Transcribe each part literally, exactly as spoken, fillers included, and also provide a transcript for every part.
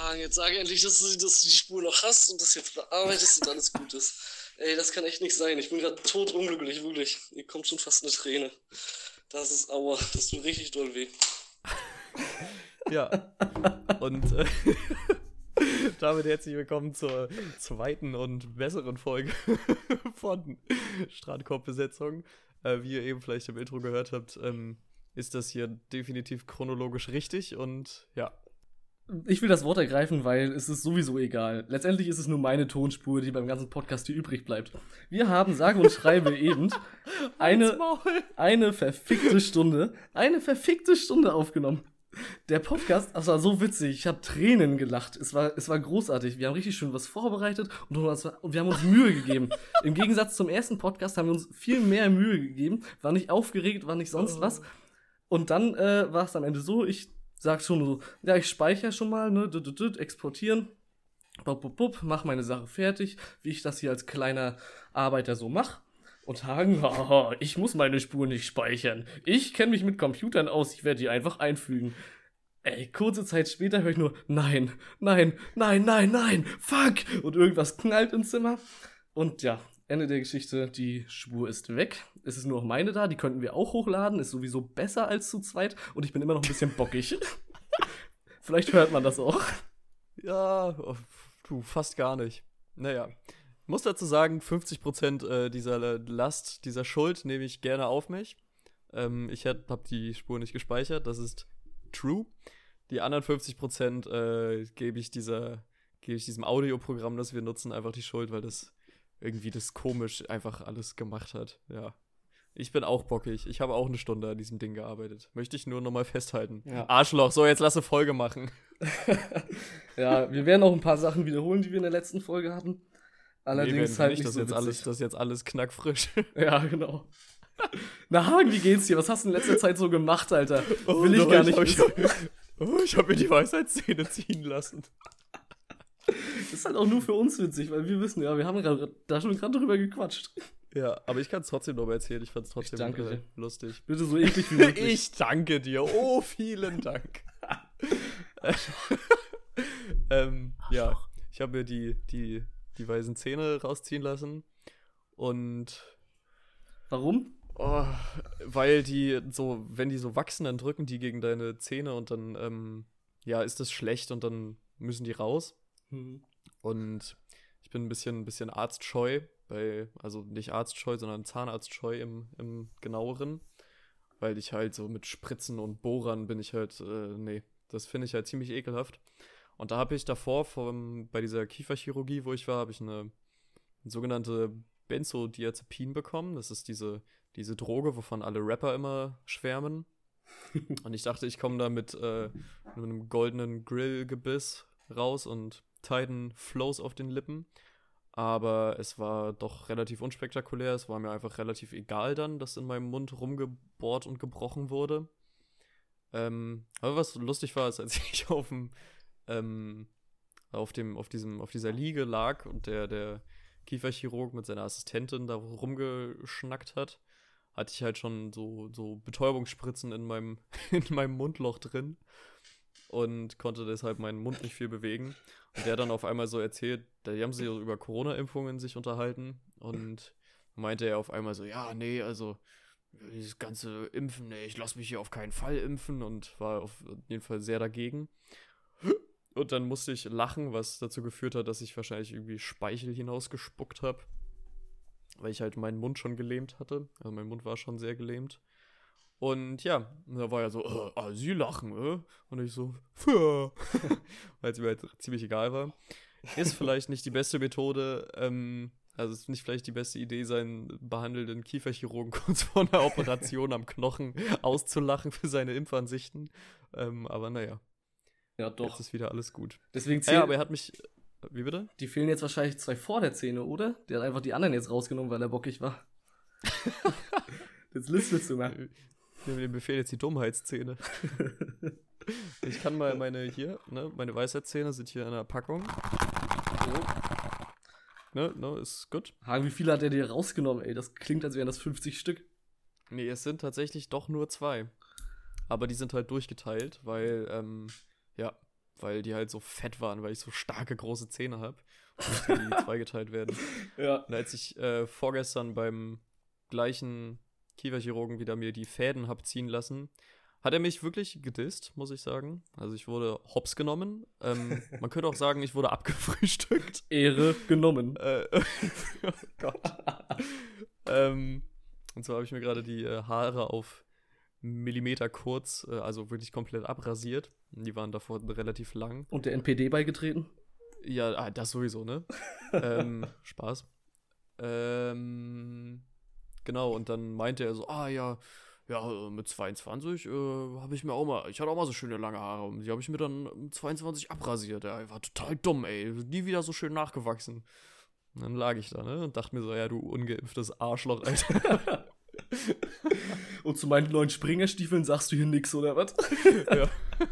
Hagen, jetzt sage endlich, dass du, dass du die Spur noch hast und das jetzt bearbeitest und alles gut ist. Ey, das kann echt nicht sein. Ich bin gerade totunglücklich, wirklich. Mir kommt schon fast eine Träne. Das ist aua, das tut richtig doll weh. Ja, und äh, damit herzlich willkommen zur zweiten und besseren Folge von Strandkorb-Besetzung. Äh, wie ihr eben vielleicht im Intro gehört habt, ähm, ist das hier definitiv chronologisch richtig und ja. Ich will das Wort ergreifen, weil es ist sowieso egal. Letztendlich ist es nur meine Tonspur, die beim ganzen Podcast hier übrig bleibt. Wir haben, sage und schreibe eben, eine, eine verfickte Stunde, eine verfickte Stunde aufgenommen. Der Podcast, das war so witzig, ich habe Tränen gelacht, es war, es war großartig, wir haben richtig schön was vorbereitet und, und wir haben uns Mühe gegeben. Im Gegensatz zum ersten Podcast haben wir uns viel mehr Mühe gegeben, war nicht aufgeregt, war nicht sonst was. Und dann äh, war es am Ende so, ich sag schon so, ja, ich speichere schon mal, ne, d -d -d, exportieren, bup, bup, bup, mach meine Sache fertig, wie ich das hier als kleiner Arbeiter so mache. Und Hagen, haha, ich muss meine Spur nicht speichern. Ich kenne mich mit Computern aus, ich werde die einfach einfügen. Ey, kurze Zeit später höre ich nur, nein, nein, nein, nein, nein, fuck! Und irgendwas knallt im Zimmer. Und ja, Ende der Geschichte, die Spur ist weg. Es ist nur noch meine da, die könnten wir auch hochladen, ist sowieso besser als zu zweit. Und ich bin immer noch ein bisschen bockig. Vielleicht hört man das auch. Ja, du, fast gar nicht. Naja. Ich muss dazu sagen, fünfzig Prozent äh, dieser Last, dieser Schuld nehme ich gerne auf mich. Ähm, ich habe die Spur nicht gespeichert, das ist true. Die anderen fünfzig Prozent äh, gebe ich, dieser, gebe ich diesem Audioprogramm, das wir nutzen, einfach die Schuld, weil das irgendwie das komisch einfach alles gemacht hat. Ja. Ich bin auch bockig. Ich habe auch eine Stunde an diesem Ding gearbeitet. Möchte ich nur nochmal festhalten. Ja. Arschloch, so, jetzt lass eine Folge machen. Ja, wir werden auch ein paar Sachen wiederholen, die wir in der letzten Folge hatten. Allerdings nee, halt nicht, nicht das so jetzt witzig. alles, das ist jetzt alles knackfrisch. Ja, genau. Na Hagen, wie geht's dir? Was hast du in letzter Zeit so gemacht, Alter? Oh, Will ich no, gar nicht ich wissen. Hab, oh, ich habe mir die Weisheitszähne ziehen lassen. Das ist halt auch nur für uns witzig, weil wir wissen, ja, wir haben grad, da schon gerade drüber gequatscht. Ja, aber ich kann es trotzdem noch mal erzählen. Ich fand es trotzdem danke äh, lustig. Bitte so eklig wie möglich. Ich danke dir. Oh, vielen Dank. ähm, ja, ich habe mir die, die, die weißen Zähne rausziehen lassen. Und warum? Oh, weil die so, wenn die so wachsen, dann drücken die gegen deine Zähne und dann, ähm, ja, ist das schlecht und dann müssen die raus. Mhm. Und ich bin ein bisschen, ein bisschen arztscheu, bei, also nicht arztscheu, sondern zahnarztscheu im, im genaueren, weil ich halt so mit Spritzen und Bohrern bin ich halt, äh, nee, das finde ich halt ziemlich ekelhaft. Und da habe ich davor, vom, bei dieser Kieferchirurgie, wo ich war, habe ich eine, eine sogenannte Benzodiazepin bekommen. Das ist diese, diese Droge, wovon alle Rapper immer schwärmen. Und ich dachte, ich komme da mit, äh, mit einem goldenen Grillgebiss raus und Titan Flows auf den Lippen. Aber es war doch relativ unspektakulär. Es war mir einfach relativ egal dann, dass in meinem Mund rumgebohrt und gebrochen wurde. Ähm, aber was lustig war, ist, als ich auf dem, ähm, auf dem, auf diesem, auf dieser Liege lag und der, der Kieferchirurg mit seiner Assistentin da rumgeschnackt hat, hatte ich halt schon so, so Betäubungsspritzen in meinem, in meinem Mundloch drin. Und konnte deshalb meinen Mund nicht viel bewegen. Und der dann auf einmal so erzählt, die haben sich so über Corona-Impfungen sich unterhalten. Und meinte er auf einmal so, ja, nee, also dieses ganze Impfen, nee, ich lasse mich hier auf keinen Fall impfen. Und war auf jeden Fall sehr dagegen. Und dann musste ich lachen, was dazu geführt hat, dass ich wahrscheinlich irgendwie Speichel hinausgespuckt habe. Weil ich halt meinen Mund schon gelähmt hatte. Also mein Mund war schon sehr gelähmt. Und ja, da war ja so, äh, ah, sie lachen, äh? Und ich so, weil es mir halt ziemlich egal war. Ist vielleicht nicht die beste Methode, ähm, also es ist nicht vielleicht die beste Idee, seinen behandelnden Kieferchirurgen kurz vor einer Operation am Knochen auszulachen für seine Impfansichten. Ähm, aber naja. Ja, doch. Jetzt ist wieder alles gut. Deswegen ja, aber er hat mich, wie bitte? Die fehlen jetzt wahrscheinlich zwei Vorderzähne, oder? Der hat einfach die anderen jetzt rausgenommen, weil er bockig war. Jetzt lispelst du mal. Ich nehme den Befehl jetzt die Dummheitszähne. Ich kann mal meine hier, ne, meine Weisheitszähne sind hier in der Packung. So. Ne, ne, ist gut. Hagen, wie viele hat er dir rausgenommen, ey? Das klingt, als wären das fünfzig Stück. Nee, es sind tatsächlich doch nur zwei. Aber die sind halt durchgeteilt, weil, ähm, ja, weil die halt so fett waren, weil ich so starke, große Zähne habe. Und die zweigeteilt werden. Ja. Und als ich äh, vorgestern beim gleichen Kieferchirurgen wieder mir die Fäden hab ziehen lassen, hat er mich wirklich gedisst, muss ich sagen. Also ich wurde hops genommen. Ähm, man könnte auch sagen, ich wurde abgefrühstückt. Ehre genommen. Äh, oh Gott. ähm, und zwar habe ich mir gerade die äh, Haare auf Millimeter kurz, äh, also wirklich komplett abrasiert. Die waren davor relativ lang. Und der N P D beigetreten? Ja, ah, das sowieso, ne? ähm, Spaß. Ähm, genau, und dann meinte er so, ah ja, ja, mit zweiundzwanzig äh, habe ich mir auch mal, ich hatte auch mal so schöne lange Haare und die habe ich mir dann mit zweiundzwanzig abrasiert. Ja, war total dumm, ey, nie wieder so schön nachgewachsen. Und dann lag ich da, ne, und dachte mir so, ja, du ungeimpftes Arschloch, Alter. Und zu meinen neuen Springerstiefeln sagst du hier nix, oder was? Ja.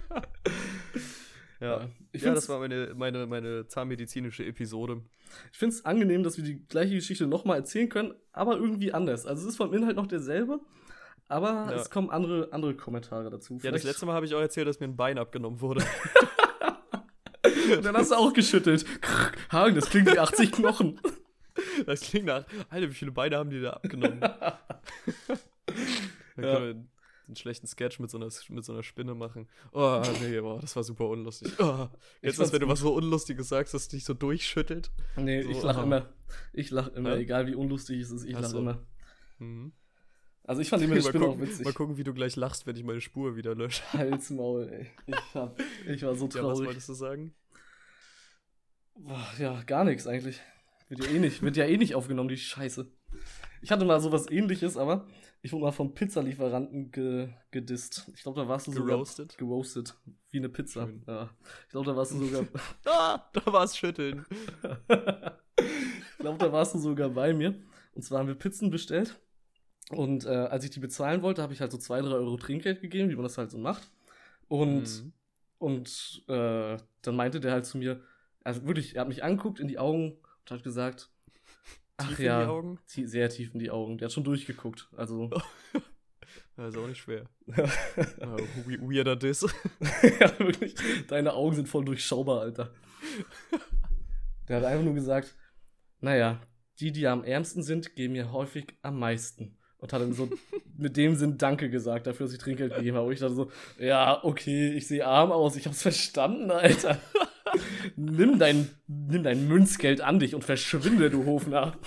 Ja, Ja, ich ja find's- das war meine, meine, meine zahnmedizinische Episode. Ich finde es angenehm, dass wir die gleiche Geschichte nochmal erzählen können, aber irgendwie anders. Also es ist vom Inhalt noch derselbe, aber Ja. es kommen andere, andere Kommentare dazu. Ja, das letzte Mal habe ich auch erzählt, dass mir ein Bein abgenommen wurde. Und dann hast du auch geschüttelt. Hagen, das klingt wie achtzig Knochen. Das klingt nach, Alter, wie viele Beine haben die da abgenommen? Dann Ja. können wir einen schlechten Sketch mit so einer, mit so einer Spinne machen. Oh, nee, boah, das war super unlustig. Oh, jetzt, fand's als wenn du gut. was so Unlustiges sagst, dass dich so durchschüttelt. Nee, So, ich lache ah. immer. Ich lache immer, Ja? egal wie unlustig es ist, ich Ach lache so. immer. Mhm. Also ich fand die mit der Mal, Spinne auch gucken, witzig. mal gucken, wie du gleich lachst, wenn ich meine Spur wieder lösche. Halt's Maul, ey. Ich, hab, ich war so Ja, was traurig. wolltest du sagen? Boah, ja, gar nichts eigentlich. Wird ja eh nicht, wird ja eh nicht aufgenommen, die Scheiße. Ich hatte mal sowas ähnliches, aber ich wurde mal vom Pizzalieferanten ge gedisst. Ich glaube, da warst du sogar... Geroastet? Geroastet. Wie eine Pizza. Schön. Ja. Ich glaube, da warst du sogar... Ah, da war es schütteln. ich glaube, da warst du sogar bei mir. Und zwar haben wir Pizzen bestellt. Und äh, als ich die bezahlen wollte, habe ich halt so zwei, drei Euro Trinkgeld gegeben, wie man das halt so macht. Und, Mhm. und äh, dann meinte der halt zu mir, also wirklich, er hat mich angeguckt in die Augen und hat gesagt, ach Tief ja, in die Augen? tie- sehr tief in die Augen. Der hat schon durchgeguckt. Also, Ja, ist auch nicht schwer. Ja, we- weirder Diss. ja, wirklich, deine Augen sind voll durchschaubar, Alter. Der hat einfach nur gesagt, naja, die, die am ärmsten sind, geben mir häufig am meisten. Und hat dann so mit dem Sinn Danke gesagt, dafür, dass ich Trinkgeld gegeben habe. Und ich dachte so, ja, okay, ich sehe arm aus, ich hab's verstanden, Alter. nimm, dein, nimm dein Münzgeld an dich und verschwinde, du Hofnarr.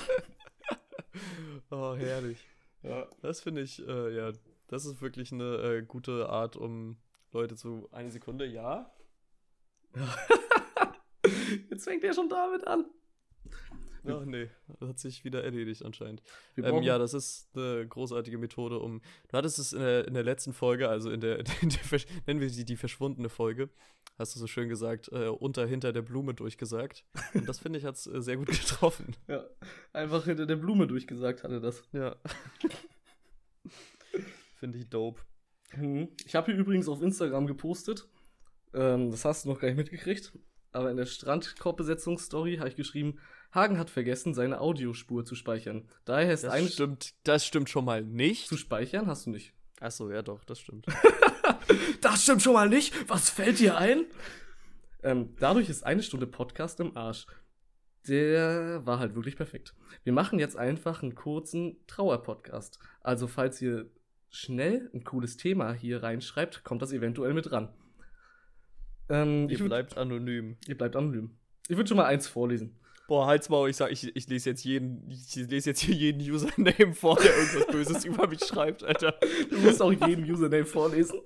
Oh, herrlich. Ja. Das finde ich, äh, ja, das ist wirklich eine äh, gute Art, um Leute zu. Eine Sekunde, ja? Jetzt fängt er schon damit an. Ach nee, das hat sich wieder erledigt anscheinend. Wir Ähm, brauchen- ja, das ist eine großartige Methode, um. Du hattest es in der, in der letzten Folge, also in der, in der Versch- nennen wir sie die verschwundene Folge, hast du so schön gesagt, äh, unter hinter der Blume durchgesagt. Und das finde ich, hat es äh, sehr gut getroffen. Ja, einfach hinter der Blume durchgesagt hat er das. Ja. Finde ich dope. Mhm. Ich habe hier übrigens auf Instagram gepostet. Ähm, das hast du noch gar nicht mitgekriegt. Aber in der Strandkorbbesetzungsstory habe ich geschrieben, Hagen hat vergessen, seine Audiospur zu speichern. Daher ist Das eine stimmt, das stimmt schon mal nicht. zu speichern, hast du nicht. Achso, ja doch, das stimmt. Das stimmt schon mal nicht. Was fällt dir ein? Ähm, dadurch ist eine Stunde Podcast im Arsch. Der war halt wirklich perfekt. Wir machen jetzt einfach einen kurzen Trauer-Podcast. Also falls ihr schnell ein cooles Thema hier reinschreibt, kommt das eventuell mit ran. Ähm, ich Ihr würd, bleibt anonym. ihr bleibt anonym. Ich würde schon mal eins vorlesen. Boah, halt's Maul, ich sag, ich, ich lese jetzt jeden, ich lese jetzt hier jeden Username vor, der irgendwas Böses über mich schreibt, Alter. Du musst auch jeden Username vorlesen.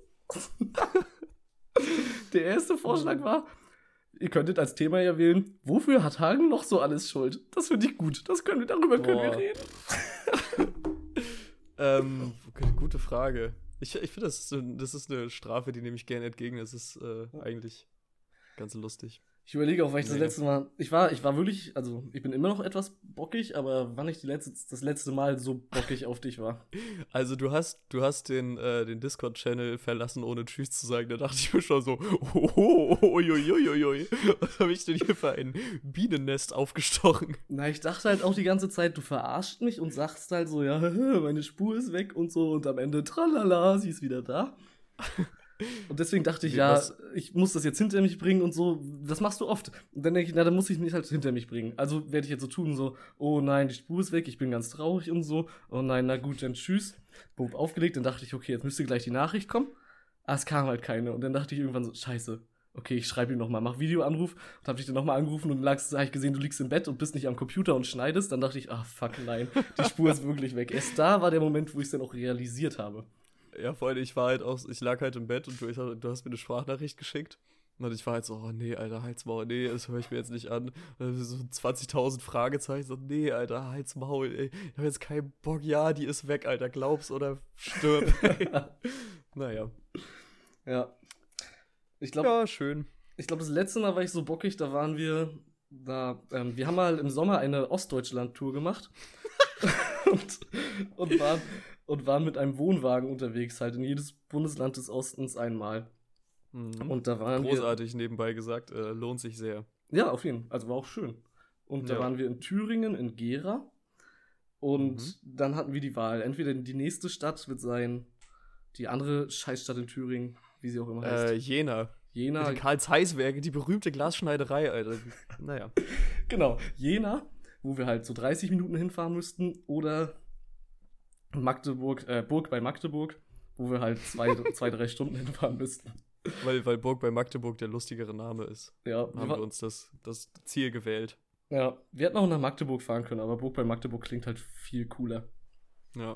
Der erste Vorschlag war, ihr könntet als Thema ja wählen, wofür hat Hagen noch so alles Schuld? Das finde ich gut. Das können wir, darüber können wir Boah. reden. Ähm, g- gute Frage. Ich, ich finde, das, ist so- das ist eine Strafe, die nehme ich gerne entgegen. Das ist äh, eigentlich ganz lustig. Ich überlege auch, weil ich das Nee. letzte Mal, ich war, ich war wirklich, also ich bin immer noch etwas bockig, aber wann ich die letzte, das letzte Mal so bockig auf dich war. Also du hast, du hast den, äh, den Discord-Channel verlassen, ohne Tschüss zu sagen. Da dachte ich mir schon so, oh, oh, oh, uiuiuiui, was habe ich denn hier für ein Bienennest aufgestochen? Na, ich dachte halt auch die ganze Zeit, du verarscht mich und sagst halt so, ja, meine Spur ist weg und so und am Ende, tralala, sie ist wieder da. Und deswegen dachte ich, Wie, ja, was? ich muss das jetzt hinter mich bringen und so. Das machst du oft. Und dann denke ich, na, dann muss ich mich halt hinter mich bringen. Also werde ich jetzt so tun, so, oh nein, die Spur ist weg, ich bin ganz traurig und so. Oh nein, na gut, dann tschüss. Bumm, aufgelegt. Dann dachte ich, okay, jetzt müsste gleich die Nachricht kommen. Aber es kam halt keine. Und dann dachte ich irgendwann so, scheiße. Okay, ich schreibe ihm nochmal, mach Videoanruf. Und habe dich dann nochmal angerufen und lagst, habe ich gesehen, du liegst im Bett und bist nicht am Computer und schneidest. Dann dachte ich, ah, fuck, nein, die Spur ist wirklich weg. Erst da war der Moment, wo ich es dann auch realisiert habe. Ja, vor allem, ich war halt auch, ich lag halt im Bett und du, ich, du hast mir eine Sprachnachricht geschickt. Und ich war halt so, oh nee, Alter, Halsmaul, nee, das höre ich mir jetzt nicht an. Und so zwanzigtausend Fragezeichen, so, nee, Alter, Halsmaul, ey, ich hab jetzt keinen Bock, ja, die ist weg, Alter, glaub's oder stirb. Naja. Ja. Ich glaube, Ja, schön. ich glaube, das letzte Mal war ich so bockig, da waren wir, da, ähm, wir haben mal im Sommer eine Ostdeutschland-Tour gemacht und, und, waren, und waren mit einem Wohnwagen unterwegs, halt in jedes Bundesland des Ostens einmal. Mhm. Und da waren Großartig, nebenbei gesagt, äh, lohnt sich sehr. wir, ja, auf jeden Fall, also war auch schön. Und da Ja. waren wir in Thüringen, in Gera und Mhm. dann hatten wir die Wahl, entweder die nächste Stadt wird sein, die andere Scheißstadt in Thüringen, wie sie auch immer heißt. Äh, Jena. Jena, Die Karl-Zeiss-Werke, die berühmte Glasschneiderei, Alter. Naja. genau, Jena, wo wir halt so dreißig Minuten hinfahren müssten, oder Magdeburg, äh, Burg bei Magdeburg, wo wir halt zwei, zwei drei Stunden hinfahren müssten. Weil, weil Burg bei Magdeburg der lustigere Name ist. Ja, wir Haben wa- wir uns das, das Ziel gewählt. ja, wir hätten auch nach Magdeburg fahren können, aber Burg bei Magdeburg klingt halt viel cooler. Ja.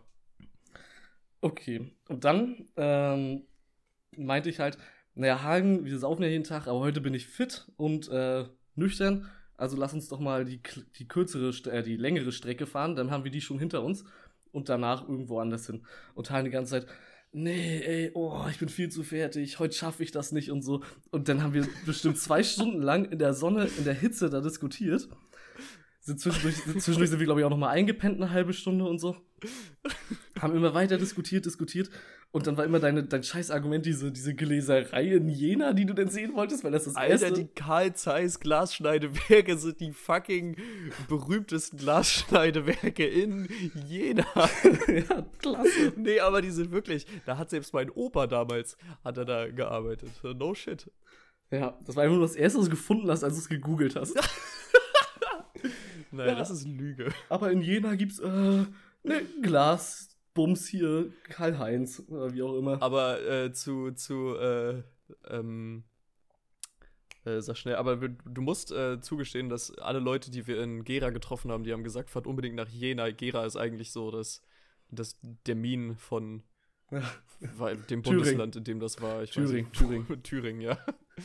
Okay, und dann ähm, meinte ich halt, naja, Hagen, wir saufen ja jeden Tag, aber heute bin ich fit und äh, nüchtern, also lass uns doch mal die, k- die kürzere, St- äh, die längere Strecke fahren, dann haben wir die schon hinter uns und danach irgendwo anders hin. Und Hagen die ganze Zeit, nee, ey, oh, ich bin viel zu fertig, heute schaffe ich das nicht und so. Und dann haben wir bestimmt zwei Stunden lang in der Sonne, in der Hitze da diskutiert. Sind zwischendurch, zwischendurch sind wir, glaube ich, auch noch mal eingepennt eine halbe Stunde und so. Haben immer weiter diskutiert, diskutiert. Und dann war immer deine, dein scheiß Argument, diese, diese Gläserei in Jena, die du denn sehen wolltest, weil das das Alter, erste... die Karl Zeiss Glasschneidewerke sind die fucking berühmtesten Glasschneidewerke in Jena. Ja, klasse. Nee, aber die sind wirklich, da hat selbst mein Opa damals, hat er da gearbeitet. No shit. Ja, das war einfach nur das erste, was du gefunden hast, als du es gegoogelt hast. Nein, Ja. das ist eine Lüge. Aber in Jena gibt's, äh, ne, Glasbums hier, Karl-Heinz oder wie auch immer. Aber äh, zu, zu, äh, ähm, äh, sag schnell, aber wir- du musst äh, zugestehen, dass alle Leute, die wir in Gera getroffen haben, die haben gesagt, fahrt unbedingt nach Jena. Gera ist eigentlich so das, das der Min von Ja. weil- dem Thüringen. Bundesland, in dem das war. Ich Thüringen, weiß nicht. Thüringen, ja.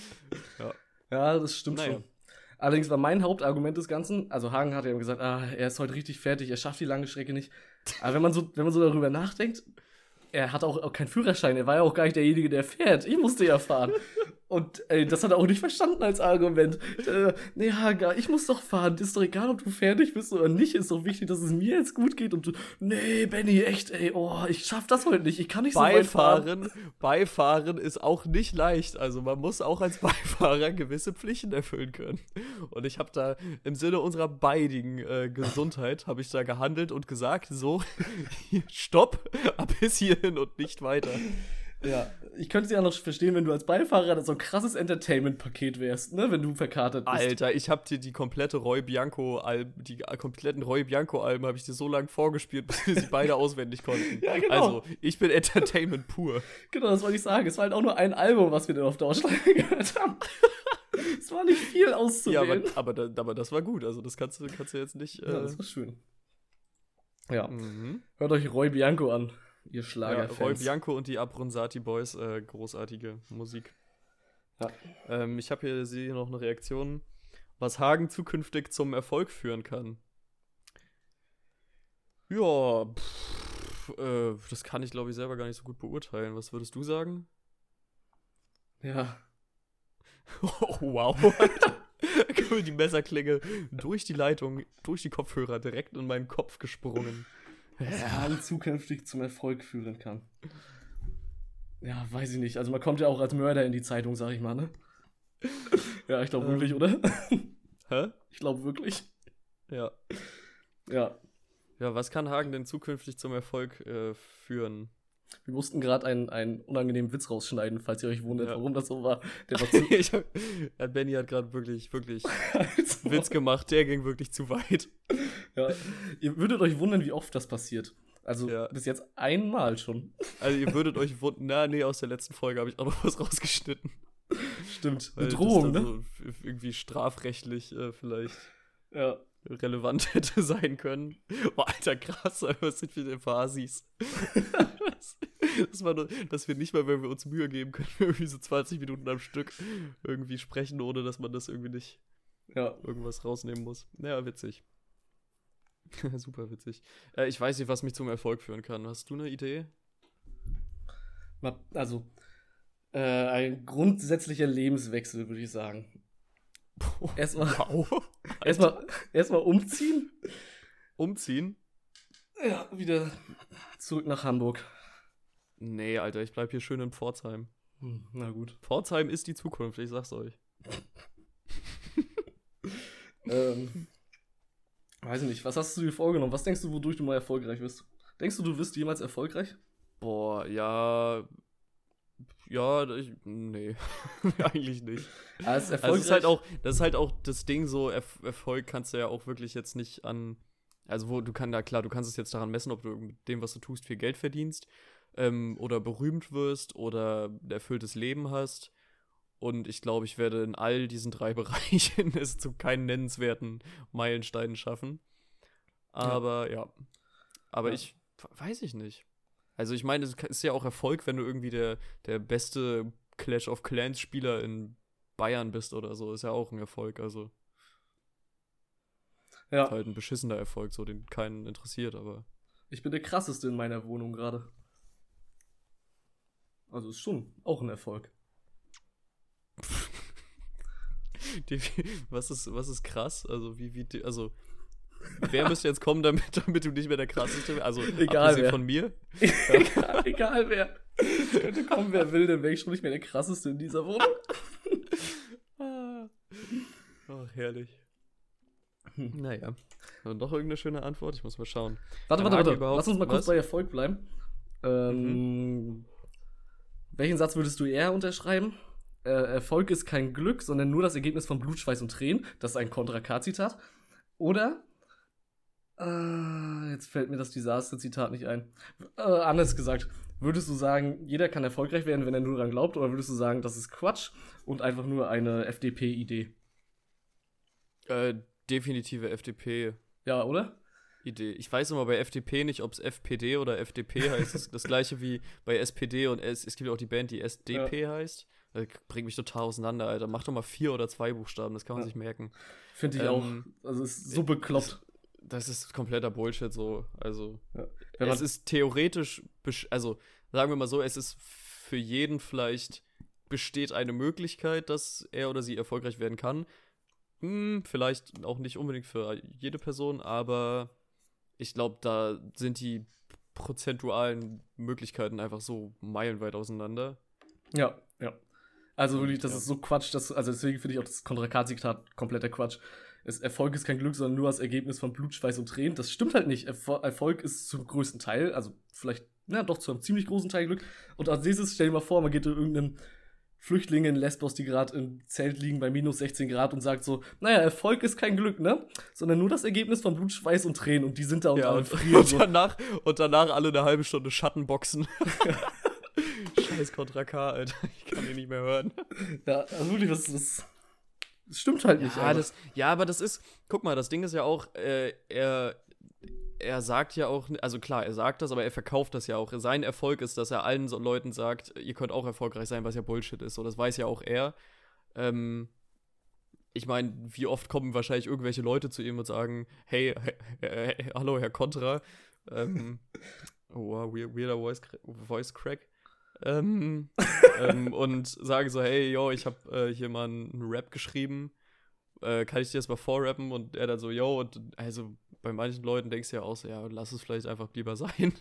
Ja, das stimmt Naja. schon. Allerdings war mein Hauptargument des Ganzen, also Hagen hat ja gesagt, ah, er ist heute richtig fertig, er schafft die lange Strecke nicht. Aber wenn man so, wenn man so darüber nachdenkt, er hat auch, auch keinen Führerschein, er war ja auch gar nicht derjenige, der fährt. Ich musste ja fahren. Und ey, das hat er auch nicht verstanden als Argument. Äh, nee, Hager, ich muss doch fahren. Ist doch egal, ob du fertig bist oder nicht. Ist doch wichtig, dass es mir jetzt gut geht. Und du, nee, Benny, echt, ey, oh, ich schaff das heute nicht. Ich kann nicht so weit fahren. Beifahren, Beifahren ist auch nicht leicht. Also man muss auch als Beifahrer gewisse Pflichten erfüllen können. Und ich habe da im Sinne unserer beidigen äh, Gesundheit, habe ich da gehandelt und gesagt, so, stopp, ab bis hierhin und nicht weiter. Ja, ich könnte es ja noch verstehen, wenn du als Beifahrer so ein krasses Entertainment-Paket wärst, ne, wenn du verkatert bist. Alter, ich hab dir die komplette Roy Bianco-Alben, die kompletten Roy Bianco-Alben habe ich dir so lange vorgespielt, bis wir sie beide auswendig konnten. Ja, genau. Also, ich bin Entertainment pur. Genau, das wollte ich sagen. Es war halt auch nur ein Album, was wir dann auf Deutschland gehört haben. Es war nicht viel Ja, auszuwählen. aber, aber, da- aber das war gut. Also, das kannst du, kannst du jetzt nicht. Äh, Ja, das war schön. Ja, mhm. hört euch Roy Bianco an, ihr Ja, Schlagerfans. Roy Bianco und die Abronzati Boys, äh, großartige Musik. Ja. Ähm, ich habe hier sie noch eine Reaktion, was Hagen zukünftig zum Erfolg führen kann. Ja, pff, äh, das kann ich, glaube ich, selber gar nicht so gut beurteilen. Was würdest du sagen? Ja. Oh, wow. Da kommt die Messerklinge durch die Leitung, durch die Kopfhörer direkt in meinen Kopf gesprungen. Was Hagen zukünftig zum Erfolg führen kann. Ja, weiß ich nicht. Also man kommt ja auch als Mörder in die Zeitung, sag ich mal, ne? Ja, ich glaube Ähm. wirklich, oder? Hä? Ich glaube wirklich. Ja. Ja. Ja, was kann Hagen denn zukünftig zum Erfolg äh, führen? Wir mussten gerade einen, einen unangenehmen Witz rausschneiden, falls ihr euch wundert, Ja. warum das so war. Der war zu ich hab, ja, Benny hat gerade wirklich, wirklich Also, Witz gemacht, der ging wirklich zu weit. ja. Ihr würdet euch wundern, wie oft das passiert. Also Ja. bis jetzt einmal schon. Also ihr würdet euch wundern, na nee, aus der letzten Folge habe ich auch noch was rausgeschnitten. Stimmt. Weil Eine das Drohung, dann ne? so f- irgendwie strafrechtlich äh, vielleicht Ja. relevant hätte sein können. Boah, Alter, krass, was sind wir denn für Assis? das, das war nur, dass wir nicht mal, wenn wir uns Mühe geben können, irgendwie so zwanzig Minuten am Stück irgendwie sprechen, ohne dass man das irgendwie nicht Ja. irgendwas rausnehmen muss. Ja, witzig. Super witzig. Äh, ich weiß nicht, was mich zum Erfolg führen kann. Hast du eine Idee? Mal- Also, äh, ein grundsätzlicher Lebenswechsel, würde ich sagen. Erstmal Wow. erstmal erstmal umziehen. Umziehen? Ja, wieder zurück nach Hamburg. Nee, Alter, ich bleib hier schön in Pforzheim. Hm, na gut. Pforzheim ist die Zukunft, ich sag's euch. Ähm, weiß nicht, was hast du dir vorgenommen? Was denkst du, wodurch du mal erfolgreich wirst? Denkst du, du wirst jemals erfolgreich? Boah, ja. Ja, ich, nee, eigentlich nicht. Als Also erfolgreich. das ist halt auch, das ist halt auch das Ding so, Erf Erfolg kannst du ja auch wirklich jetzt nicht an, also wo du kannst, ja klar, du kannst es jetzt daran messen, ob du mit dem, was du tust, viel Geld verdienst, ähm, oder berühmt wirst oder ein erfülltes Leben hast. Und ich glaube, ich werde in all diesen drei Bereichen es zu keinen nennenswerten Meilensteinen schaffen. Aber ja, aber Ja. ich weiß ich nicht. Also ich meine, es ist ja auch Erfolg, wenn du irgendwie der, der beste Clash of Clans Spieler in Bayern bist oder so. Ist ja auch ein Erfolg, also Ja, ist halt ein beschissener Erfolg, so den keinen interessiert, aber ich bin der krasseste in meiner Wohnung gerade. Also ist schon auch ein Erfolg. die, was ist was ist krass? Also wie wie die- also wer müsste jetzt kommen, damit, damit du nicht mehr der krasseste wärst? Also Egal abgesehen wer. von mir. egal, egal wer. Es könnte kommen, wer will, dann wäre ich schon nicht mehr der krasseste in dieser Wohnung. Ah. Ach, herrlich. Hm. Naja. Und noch irgendeine schöne Antwort? Ich muss mal schauen. Warte, Kann warte, Agi warte. überhaupt- Lass uns mal kurz was? bei Erfolg bleiben. Ähm, Welchen Satz würdest du eher unterschreiben? Äh, Erfolg ist kein Glück, sondern nur das Ergebnis von Blut, Schweiß und Tränen. Das ist ein Kontra-K-Zitat. Oder, äh, jetzt fällt mir das Desaster-Zitat nicht ein. Äh, anders gesagt, würdest du sagen, jeder kann erfolgreich werden, wenn er nur daran glaubt? Oder würdest du sagen, das ist Quatsch und einfach nur eine F D P-Idee? Äh, definitive F D P. Ja, oder? Idee. Ich weiß immer bei F D P nicht, ob es F P D oder F D P heißt. Das ist das gleiche wie bei S P D und es, es gibt auch die Band, die S D P heißt. Das bringt mich total auseinander, Alter. Mach doch mal vier oder zwei Buchstaben, das kann man Ja. sich merken. Finde ich Ähm, auch. Also, es ist so bekloppt. Das ist kompletter Bullshit so. Also, Ja. Wenn man- es ist theoretisch, besch- also sagen wir mal so, es ist für jeden vielleicht, besteht eine Möglichkeit, dass er oder sie erfolgreich werden kann. Hm, vielleicht auch nicht unbedingt für jede Person, aber ich glaube, da sind die prozentualen Möglichkeiten einfach so meilenweit auseinander. Ja, ja. Also wirklich, das Ja. ist so Quatsch, dass, also deswegen finde ich auch das Kontra-K-Zitat kompletter Quatsch. Es, Erfolg ist kein Glück, sondern nur das Ergebnis von Blut, Schweiß und Tränen. Das stimmt halt nicht. Erfol Erfolg ist zum größten Teil, also vielleicht, na doch, zu einem ziemlich großen Teil Glück. Und als nächstes, stell dir mal vor, man geht zu irgendeinem Flüchtling in Lesbos, die gerade im Zelt liegen bei minus sechzehn Grad und sagt so, naja, Erfolg ist kein Glück, ne? Sondern nur das Ergebnis von Blut, Schweiß und Tränen. Und die sind da und Ja, alle und, frieren und, so. danach, und danach alle eine halbe Stunde Schattenboxen. Scheiß Contra K, Alter. Ich kann den nicht mehr hören. Ja, also wirklich, das, das, das stimmt halt nicht. Ja, einfach. das, ja, aber das ist, guck mal, das Ding ist ja auch, äh, er, er sagt ja auch, also klar, er sagt das, aber er verkauft das ja auch. Sein Erfolg ist, dass er allen so Leuten sagt, ihr könnt auch erfolgreich sein, was ja Bullshit ist. So, das weiß ja auch er. Ähm, ich meine, wie oft kommen wahrscheinlich irgendwelche Leute zu ihm und sagen, hey, äh, äh, hallo, Herr Contra. Ähm, oh, wow, weird, weirder Voice, Voice Crack. Ähm, ähm, und sagen so, hey, yo, ich hab äh, hier mal einen Rap geschrieben, äh, kann ich dir das mal vorrappen? Und er dann so, yo, und also bei manchen Leuten denkst du ja auch so, ja, lass es vielleicht einfach lieber sein.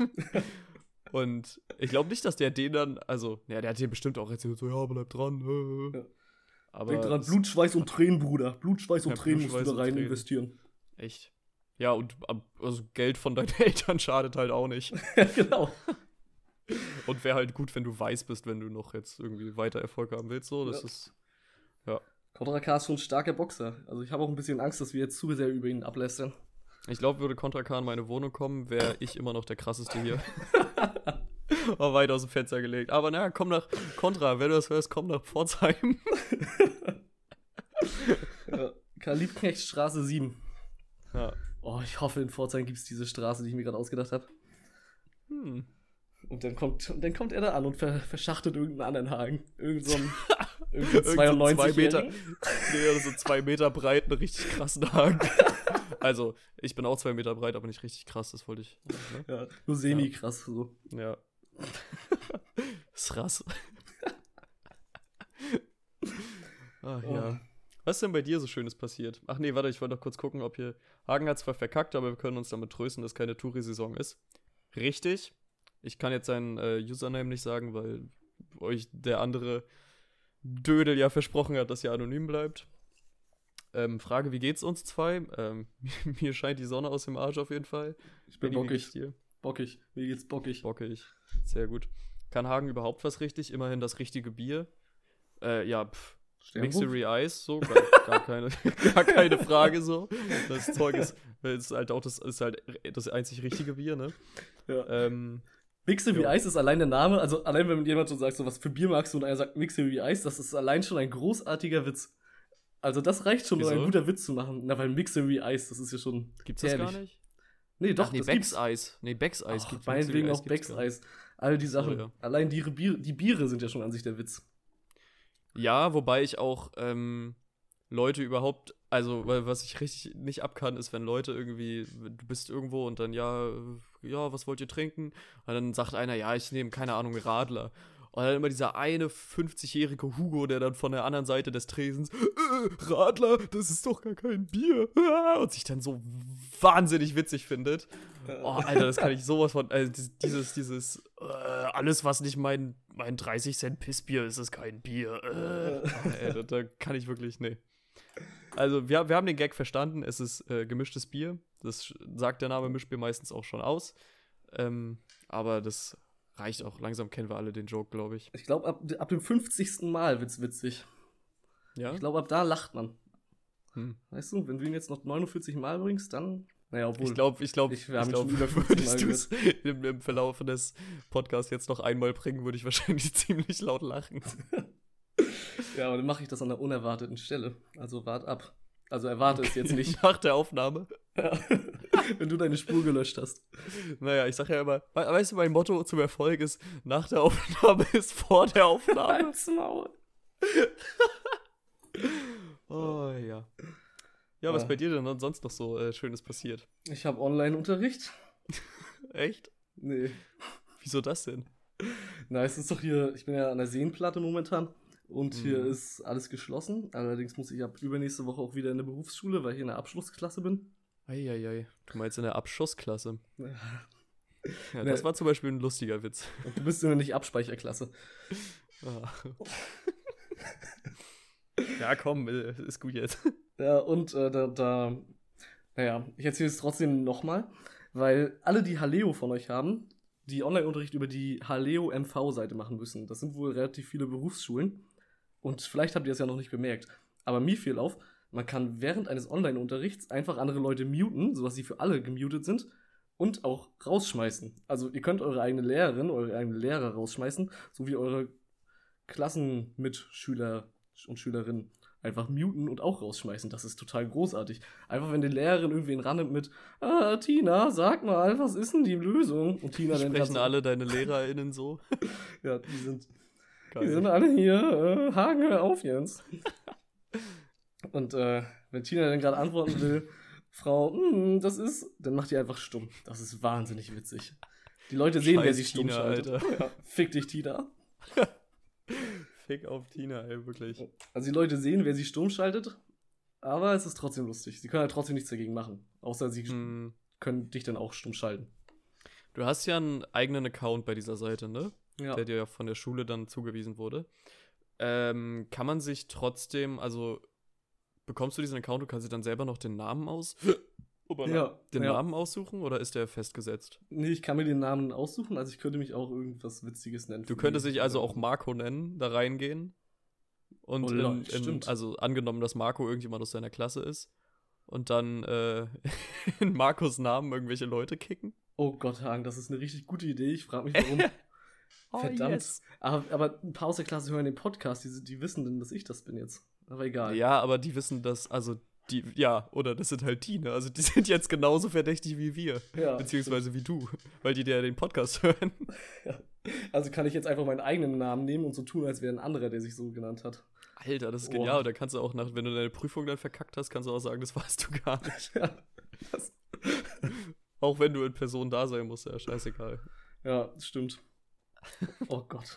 Und ich glaube nicht, dass der den dann, also, ja, der hat dir bestimmt auch erzählt, so, ja, bleib dran. Äh. Ja. Aber Denk dran, es- Blut, Schweiß und Tränen, Bruder. Blut, Schweiß und Ja, Tränen Blut, musst du Schweiß da und rein Tränen. investieren. Echt. Ja, und ab- also Geld von deinen Eltern schadet halt auch nicht. Ja, genau. Und wäre halt gut, wenn du weiß bist, wenn du noch jetzt irgendwie weiter Erfolg haben willst. So, das Ja. ist, ja. Contra K ist schon ein starker Boxer. Also ich habe auch ein bisschen Angst, dass wir jetzt zu sehr über ihn ablästern. Ich glaube, würde Contra K in meine Wohnung kommen, wäre ich immer noch der krasseste hier. War weit aus dem Fenster gelegt. Aber naja, komm nach Contra, wenn du das hörst, komm nach Pforzheim. Ja. Karl-Liebknecht-Straße sieben. Ja. Oh, ich hoffe, in Pforzheim gibt es diese Straße, die ich mir gerade ausgedacht habe. Hm. Und dann kommt, und dann kommt er da an und ver, verschachtet irgendeinen anderen Hagen. Irgend so ein irgendein Irgend so zweiundneunzig zwei Meter, nee, so zwei Meter breiten, richtig krassen Haken. Also, ich bin auch zwei Meter breit, aber nicht richtig krass, das wollte ich. Ne? Ja, nur semi-krass. So. Ja. Krass. Ach Oh. ja. Was ist denn bei dir so Schönes passiert? Ach nee, warte, ich wollte noch kurz gucken, ob hier. Hagen hat zwar verkackt, aber wir können uns damit trösten, dass keine Touri-Saison ist. Richtig. Ich kann jetzt seinen äh, Username nicht sagen, weil euch der andere Dödel ja versprochen hat, dass er anonym bleibt. Ähm, Frage, wie geht's uns zwei? Ähm, mir scheint die Sonne aus dem Arsch auf jeden Fall. Ich bin Benni, wie geht's bockig. dir? Bockig. Mir geht's bockig. Bockig. Sehr gut. Kann Hagen überhaupt was richtig? Immerhin das richtige Bier. Äh, ja, pff. Mixery Ice, so, gar, gar, keine, gar keine Frage so. Das Zeug ist, ist halt auch das, ist halt das einzig richtige Bier, ne? Ja. Ähm, Mixery jo. Ice ist allein der Name, also allein wenn jemand so sagt, so was für Bier magst du und einer sagt Mixery Ice, das ist allein schon ein großartiger Witz. Also das reicht schon, um Wieso? einen guter Witz zu machen. Na, weil Mixery Ice, das ist ja schon gibt's das herrlich. gar nicht? Nee, doch, Ach, nee, das Becks gibt's. Eis. Nee, Becks Eis Ach, gibt's. meinetwegen Mixery auch Ice gibt's Becks gar nicht. Eis. All die Sachen. ja. Allein die Biere, die Biere sind ja schon an sich der Witz. Ja, wobei ich auch ähm, Leute überhaupt, also weil was ich richtig nicht ab kann, ist, wenn Leute irgendwie, du bist irgendwo und dann, ja, äh, ja, was wollt ihr trinken? Und dann sagt einer, ja, ich nehme, keine Ahnung, Radler. Und dann immer dieser eine fünfzigjährige Hugo, der dann von der anderen Seite des Tresens, äh, Radler, das ist doch gar kein Bier. Und sich dann so wahnsinnig witzig findet. Oh, Alter, das kann ich sowas von, also dieses, dieses, äh, alles, was nicht mein, mein dreißig Cent Pissbier ist, ist kein Bier. Äh. Oh, ey, da, da kann ich wirklich, nee. Also, wir, wir haben den Gag verstanden, es ist äh, gemischtes Bier. Das sagt der Name Mischbier meistens auch schon aus. Ähm, aber das reicht auch. Langsam kennen wir alle den Joke, glaube ich. Ich glaube, ab, ab dem fünfzigsten Mal wird's witzig. Ja? Ich glaube, ab da lacht man. Hm. Weißt du, wenn du ihn jetzt noch neunundvierzig Mal bringst, dann. Naja, obwohl. Ich glaube, ich glaube, Ich- ich, wir haben glaub, schon über fünfzig Mal würdest du es im, im Verlauf des Podcasts jetzt noch einmal bringen, würde ich wahrscheinlich ziemlich laut lachen. Ja, aber dann mache ich das an der unerwarteten Stelle. Also wart ab. Also erwarte es jetzt nicht, Nach der Aufnahme. wenn du deine Spur gelöscht hast. Naja, ich sage ja immer, we- weißt du, mein Motto zum Erfolg ist, nach der Aufnahme ist vor der Aufnahme. Halt's Maul. Oh ja. Ja, was Ja. bei dir denn sonst noch so äh, Schönes passiert? Ich habe Online-Unterricht. Echt? Nee. Wieso das denn? Na, es ist doch hier, ich bin ja an der Seenplatte momentan und hier Mhm. ist alles geschlossen. Allerdings muss ich ab übernächste Woche auch wieder in eine Berufsschule, weil ich in der Abschlussklasse bin. Eieiei, du meinst in der Abschussklasse. Ja. Ja, Nee. das war zum Beispiel ein lustiger Witz. Und du bist in der Nicht-Abspeicherklasse. Ah. Ja, komm, äh, ist gut jetzt. Ja, und äh, da, da, naja, ich erzähle es trotzdem nochmal, weil alle, die Haleo von euch haben, die Online-Unterricht über die Haleo M V-Seite machen müssen. Das sind wohl relativ viele Berufsschulen. Und vielleicht habt ihr das ja noch nicht bemerkt. Aber mir fiel auf, man kann während eines Online-Unterrichts einfach andere Leute muten, sodass sie für alle gemutet sind und auch rausschmeißen. Also ihr könnt eure eigene Lehrerin, eure eigene Lehrer rausschmeißen, sowie eure Klassenmitschüler und Schülerinnen einfach muten und auch rausschmeißen. Das ist total großartig. Einfach, wenn die Lehrerin irgendwen rannimmt mit ah, Tina, sag mal, was ist denn die Lösung? Und Tina dann Sprechen so, alle deine LehrerInnen so? ja, die sind, Geil. die sind alle hier, äh, Hagen, hör auf jetzt. Und äh, wenn Tina dann gerade antworten will, Frau, hm, das ist, dann macht die einfach stumm. Das ist wahnsinnig witzig. Die Leute sehen, Scheiß wer sie stumm Tina, schaltet. Alter. Ja, fick dich, Tina. Fick auf Tina, ey, wirklich. Also die Leute sehen, wer sie stumm schaltet, aber es ist trotzdem lustig. Sie können halt trotzdem nichts dagegen machen. Außer sie Hm. können dich dann auch stumm schalten. Du hast ja einen eigenen Account bei dieser Seite, ne? Ja. Der dir ja von der Schule dann zugewiesen wurde. Ähm, kann man sich trotzdem, also bekommst du diesen Account und kannst dir dann selber noch den Namen aus Ja, den ja. Namen aussuchen oder ist der festgesetzt? Nee, ich kann mir den Namen aussuchen, also ich könnte mich auch irgendwas Witziges nennen. Du könntest dich also auch Marco nennen, da reingehen. Und Oh, in, lol, in, stimmt. also angenommen, dass Marco irgendjemand aus deiner Klasse ist und dann äh, in Marcos Namen irgendwelche Leute kicken. Oh Gott, Hagen, das ist eine richtig gute Idee. Ich frage mich, warum. Oh, Verdammt. yes. Aber, aber ein paar aus der Klasse hören den Podcast, die, die wissen denn, dass ich das bin jetzt. Aber egal. Ja, aber die wissen das, also die, ja, oder das sind halt die, ne? Also die sind jetzt genauso verdächtig wie wir. Ja, beziehungsweise wie du, weil die ja den Podcast hören. Ja. Also kann ich jetzt einfach meinen eigenen Namen nehmen und so tun, als wäre ein anderer, der sich so genannt hat. Alter, das ist Oh. genial. Und dann kannst du auch, nach, wenn du deine Prüfung dann verkackt hast, kannst du auch sagen, das warst du gar nicht. Ja, das, Auch wenn du in Person da sein musst, ja, scheißegal. ja, das stimmt. Oh Gott.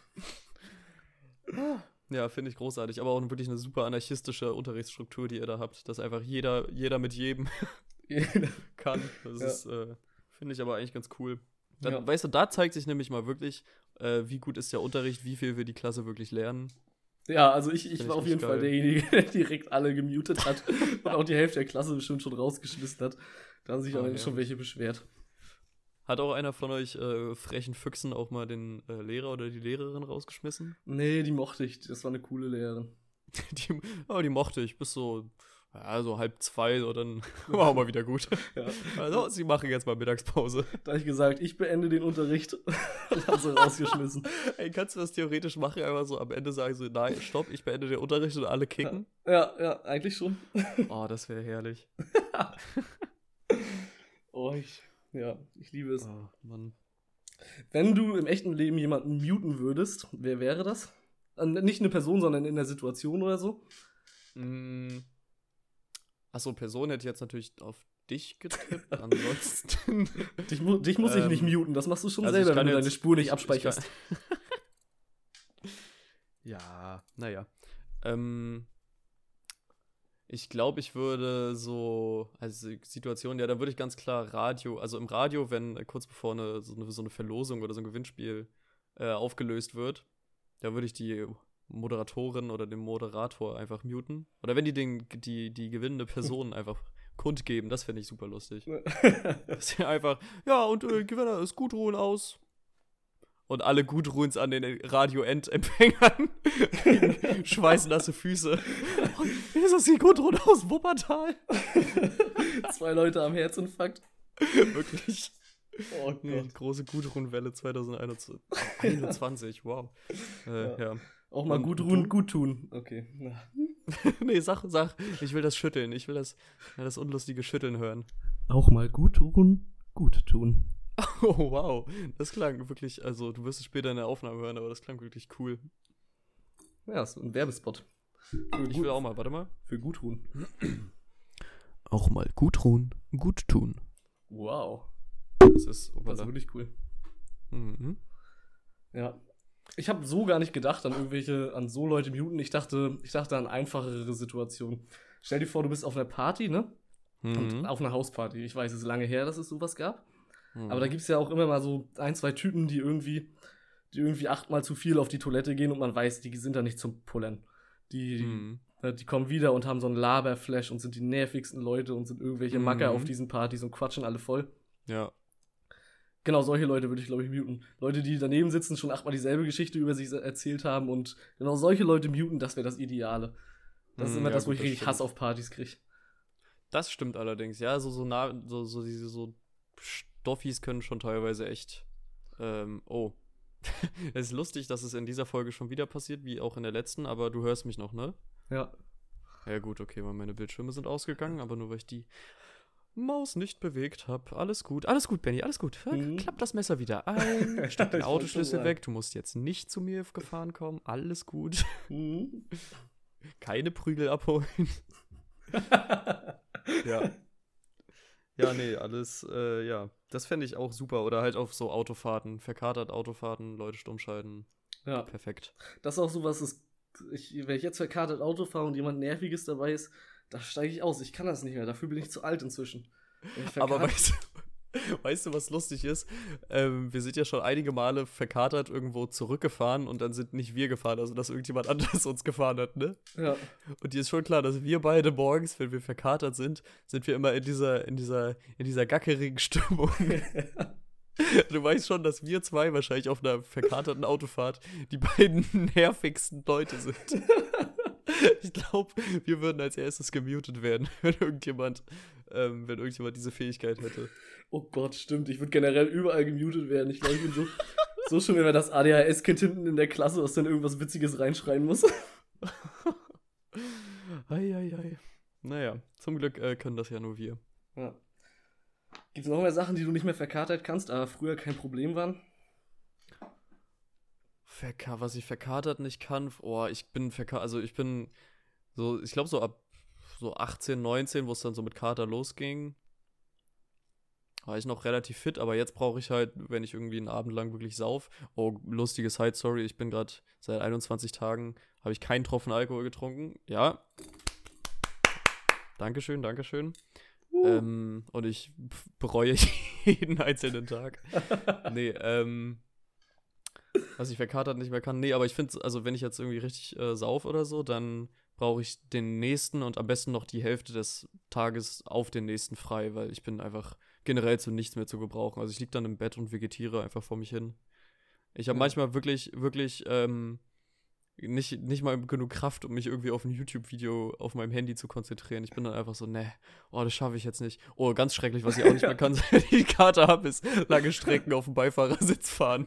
Ja, finde ich großartig. Aber auch wirklich eine super anarchistische Unterrichtsstruktur, die ihr da habt, dass einfach jeder, jeder mit jedem kann. Das Ja. ist, äh, finde ich aber eigentlich ganz cool. Dann, Ja. Weißt du, da zeigt sich nämlich mal wirklich, äh, wie gut ist der Unterricht, wie viel wir die Klasse wirklich lernen. Ja, also ich, ich Find war ich auf jeden richtig Fall geil. derjenige, der direkt alle gemutet hat und auch die Hälfte der Klasse bestimmt schon rausgeschmissen hat. Da haben sich Ah, aber ja. schon welche beschwert. Hat auch einer von euch äh, frechen Füchsen auch mal den äh, Lehrer oder die Lehrerin rausgeschmissen? Nee, die mochte ich. Das war eine coole Lehrerin. Die, aber die mochte ich bis so, ja, so halb zwei, so dann war auch mal wieder gut. Ja. Also, sie machen jetzt mal Mittagspause. Da habe ich gesagt, ich beende den Unterricht und habe sie rausgeschmissen. Ey, kannst du das theoretisch machen? Einfach so am Ende sagen so, nein, stopp, ich beende den Unterricht und alle kicken? Ja, ja, eigentlich schon. Oh, das wäre herrlich. Oh, ich, ja, ich liebe es. Oh, Mann. Wenn du im echten Leben jemanden muten würdest, wer wäre das? Äh, Nicht eine Person, sondern in der Situation oder so? Mm. Achso, Person hätte ich jetzt natürlich auf dich getippt. Ansonsten. Dich, mu dich muss ich Ähm, nicht muten, das machst du schon also selber, ich kann wenn du jetzt- deine Spur nicht ich- ich abspeicherst. kann- Ja, naja. Ähm, ich glaube, ich würde so, also Situation, ja, da würde ich ganz klar Radio, also im Radio, wenn äh, kurz bevor eine so, eine so eine Verlosung oder so ein Gewinnspiel äh, aufgelöst wird, da würde ich die Moderatorin oder den Moderator einfach muten. Oder wenn die den, die, die gewinnende Person einfach kundgeben, das fände ich super lustig. Dass sie einfach, ja, und äh, Gewinner ist Gudrun aus. Und alle Gudruns an den Radio-Endempfängern kriegen schweißnasse Füße. Und ist das die Gudrun aus Wuppertal? Zwei Leute am Herzinfarkt. Wirklich. Oh Nee, Gott. große Gudrun-Welle zwanzig einundzwanzig. Wow. Äh, Ja. ja. Auch mal Und gut du? ruhen, gut tun. Okay. Na. Nee, sag, sag, ich will das schütteln. Ich will das, ja, das unlustige Schütteln hören. Auch mal gut tun, gut tun. Oh, wow. Das klang wirklich, also du wirst es später in der Aufnahme hören, aber das klang wirklich cool. Ja, ist ein Werbespot. Für, Ich gut, will auch mal, warte mal. für gut ruhen. Auch mal gut ruhen, gut tun. Wow. Das ist, oh, Das ist wirklich cool. mhm. Ja. Ich habe so gar nicht gedacht an irgendwelche, an so Leute muten. Ich dachte, ich dachte an einfachere Situationen. Stell dir vor, du bist auf einer Party, ne? Und Mhm. auf einer Hausparty. Ich weiß, es ist lange her, dass es sowas gab. Mhm. Aber da gibt es ja auch immer mal so ein, zwei Typen, die irgendwie, die irgendwie achtmal zu viel auf die Toilette gehen und man weiß, die sind da nicht zum Pullern. Die, die, Mhm. ne, die kommen wieder und haben so einen Laberflash und sind die nervigsten Leute und sind irgendwelche Mhm. Macker auf diesen Partys und quatschen alle voll. Ja. Genau, solche Leute würde ich, glaube ich, muten. Leute, die daneben sitzen, schon achtmal dieselbe Geschichte über sich erzählt haben und genau solche Leute muten, das wäre das Ideale. Das ist Mhm, immer ja, das, wo gut, ich das richtig stimmt. Hass auf Partys kriege. Das stimmt allerdings, ja, so, so nah, so, so diese so Stoffis können schon teilweise echt, ähm, oh. Es ist lustig, dass es in dieser Folge schon wieder passiert, wie auch in der letzten, aber du hörst mich noch, ne? Ja. Ja gut, okay, weil meine Bildschirme sind ausgegangen, aber nur weil ich die Maus nicht bewegt habe. Alles gut, alles gut, Benny, alles gut. Ja, Mhm. Klapp das Messer wieder ein, steck Ich den wollte Autoschlüssel schon weg, du musst jetzt nicht zu mir gefahren kommen, alles gut. Mhm. Keine Prügel abholen. Ja. Ja, nee, alles, äh, ja. Das fände ich auch super. Oder halt auf so Autofahrten, verkatert Autofahrten, Leute stumm schalten. Ja. Perfekt. Das ist auch so was, ist, ich, wenn ich jetzt verkartet Auto fahre und jemand Nerviges dabei ist, da steige ich aus. Ich kann das nicht mehr. Dafür bin ich zu alt inzwischen. Wenn ich Aber verkatert- weißt du, Weißt du, was lustig ist? Ähm, wir sind ja schon einige Male verkatert irgendwo zurückgefahren und dann sind nicht wir gefahren, also dass irgendjemand anderes uns gefahren hat, ne? Ja. Und dir ist schon klar, dass wir beide morgens, wenn wir verkatert sind, sind wir immer in dieser, in dieser, in dieser gackerigen Stimmung. Du weißt schon, dass wir zwei wahrscheinlich auf einer verkaterten Autofahrt die beiden nervigsten Leute sind. Ich glaube, wir würden als erstes gemutet werden, wenn irgendjemand, ähm, wenn irgendjemand diese Fähigkeit hätte. Oh Gott, stimmt. Ich würde generell überall gemutet werden. Ich glaube, ich bin so, so schon immer das A D H S-Kind hinten in der Klasse, was dann irgendwas Witziges reinschreien muss. Eieiei. Naja, zum Glück äh, können das ja nur wir. Ja. Gibt es noch mehr Sachen, die du nicht mehr verkatert kannst, aber früher kein Problem waren? Verka was ich verkatert nicht kann, oh, ich bin verkatert, also ich bin so, ich glaube so ab so achtzehn, neunzehn, wo es dann so mit Kater losging, war ich noch relativ fit, aber jetzt brauche ich halt, wenn ich irgendwie einen Abend lang wirklich sauf, oh, lustige Side Story, ich bin gerade seit einundzwanzig Tagen, habe ich keinen Tropfen Alkohol getrunken, ja. Dankeschön, Dankeschön. Uh. Ähm, und ich bereue jeden einzelnen Tag. Nee, ähm, was ich verkatert nicht mehr kann. Nee, aber ich finde, also wenn ich jetzt irgendwie richtig äh, sauf oder so, dann brauche ich den nächsten und am besten noch die Hälfte des Tages auf den nächsten frei, weil ich bin einfach generell zu nichts mehr zu gebrauchen. Also ich liege dann im Bett und vegetiere einfach vor mich hin. Ich habe ja. manchmal wirklich, wirklich ähm, nicht, nicht mal genug Kraft, um mich irgendwie auf ein YouTube-Video auf meinem Handy zu konzentrieren. Ich bin dann einfach so, ne, oh, das schaffe ich jetzt nicht. Oh, ganz schrecklich, was ich auch nicht mehr kann, seit ich die Karte habe, ist lange Strecken auf dem Beifahrersitz fahren.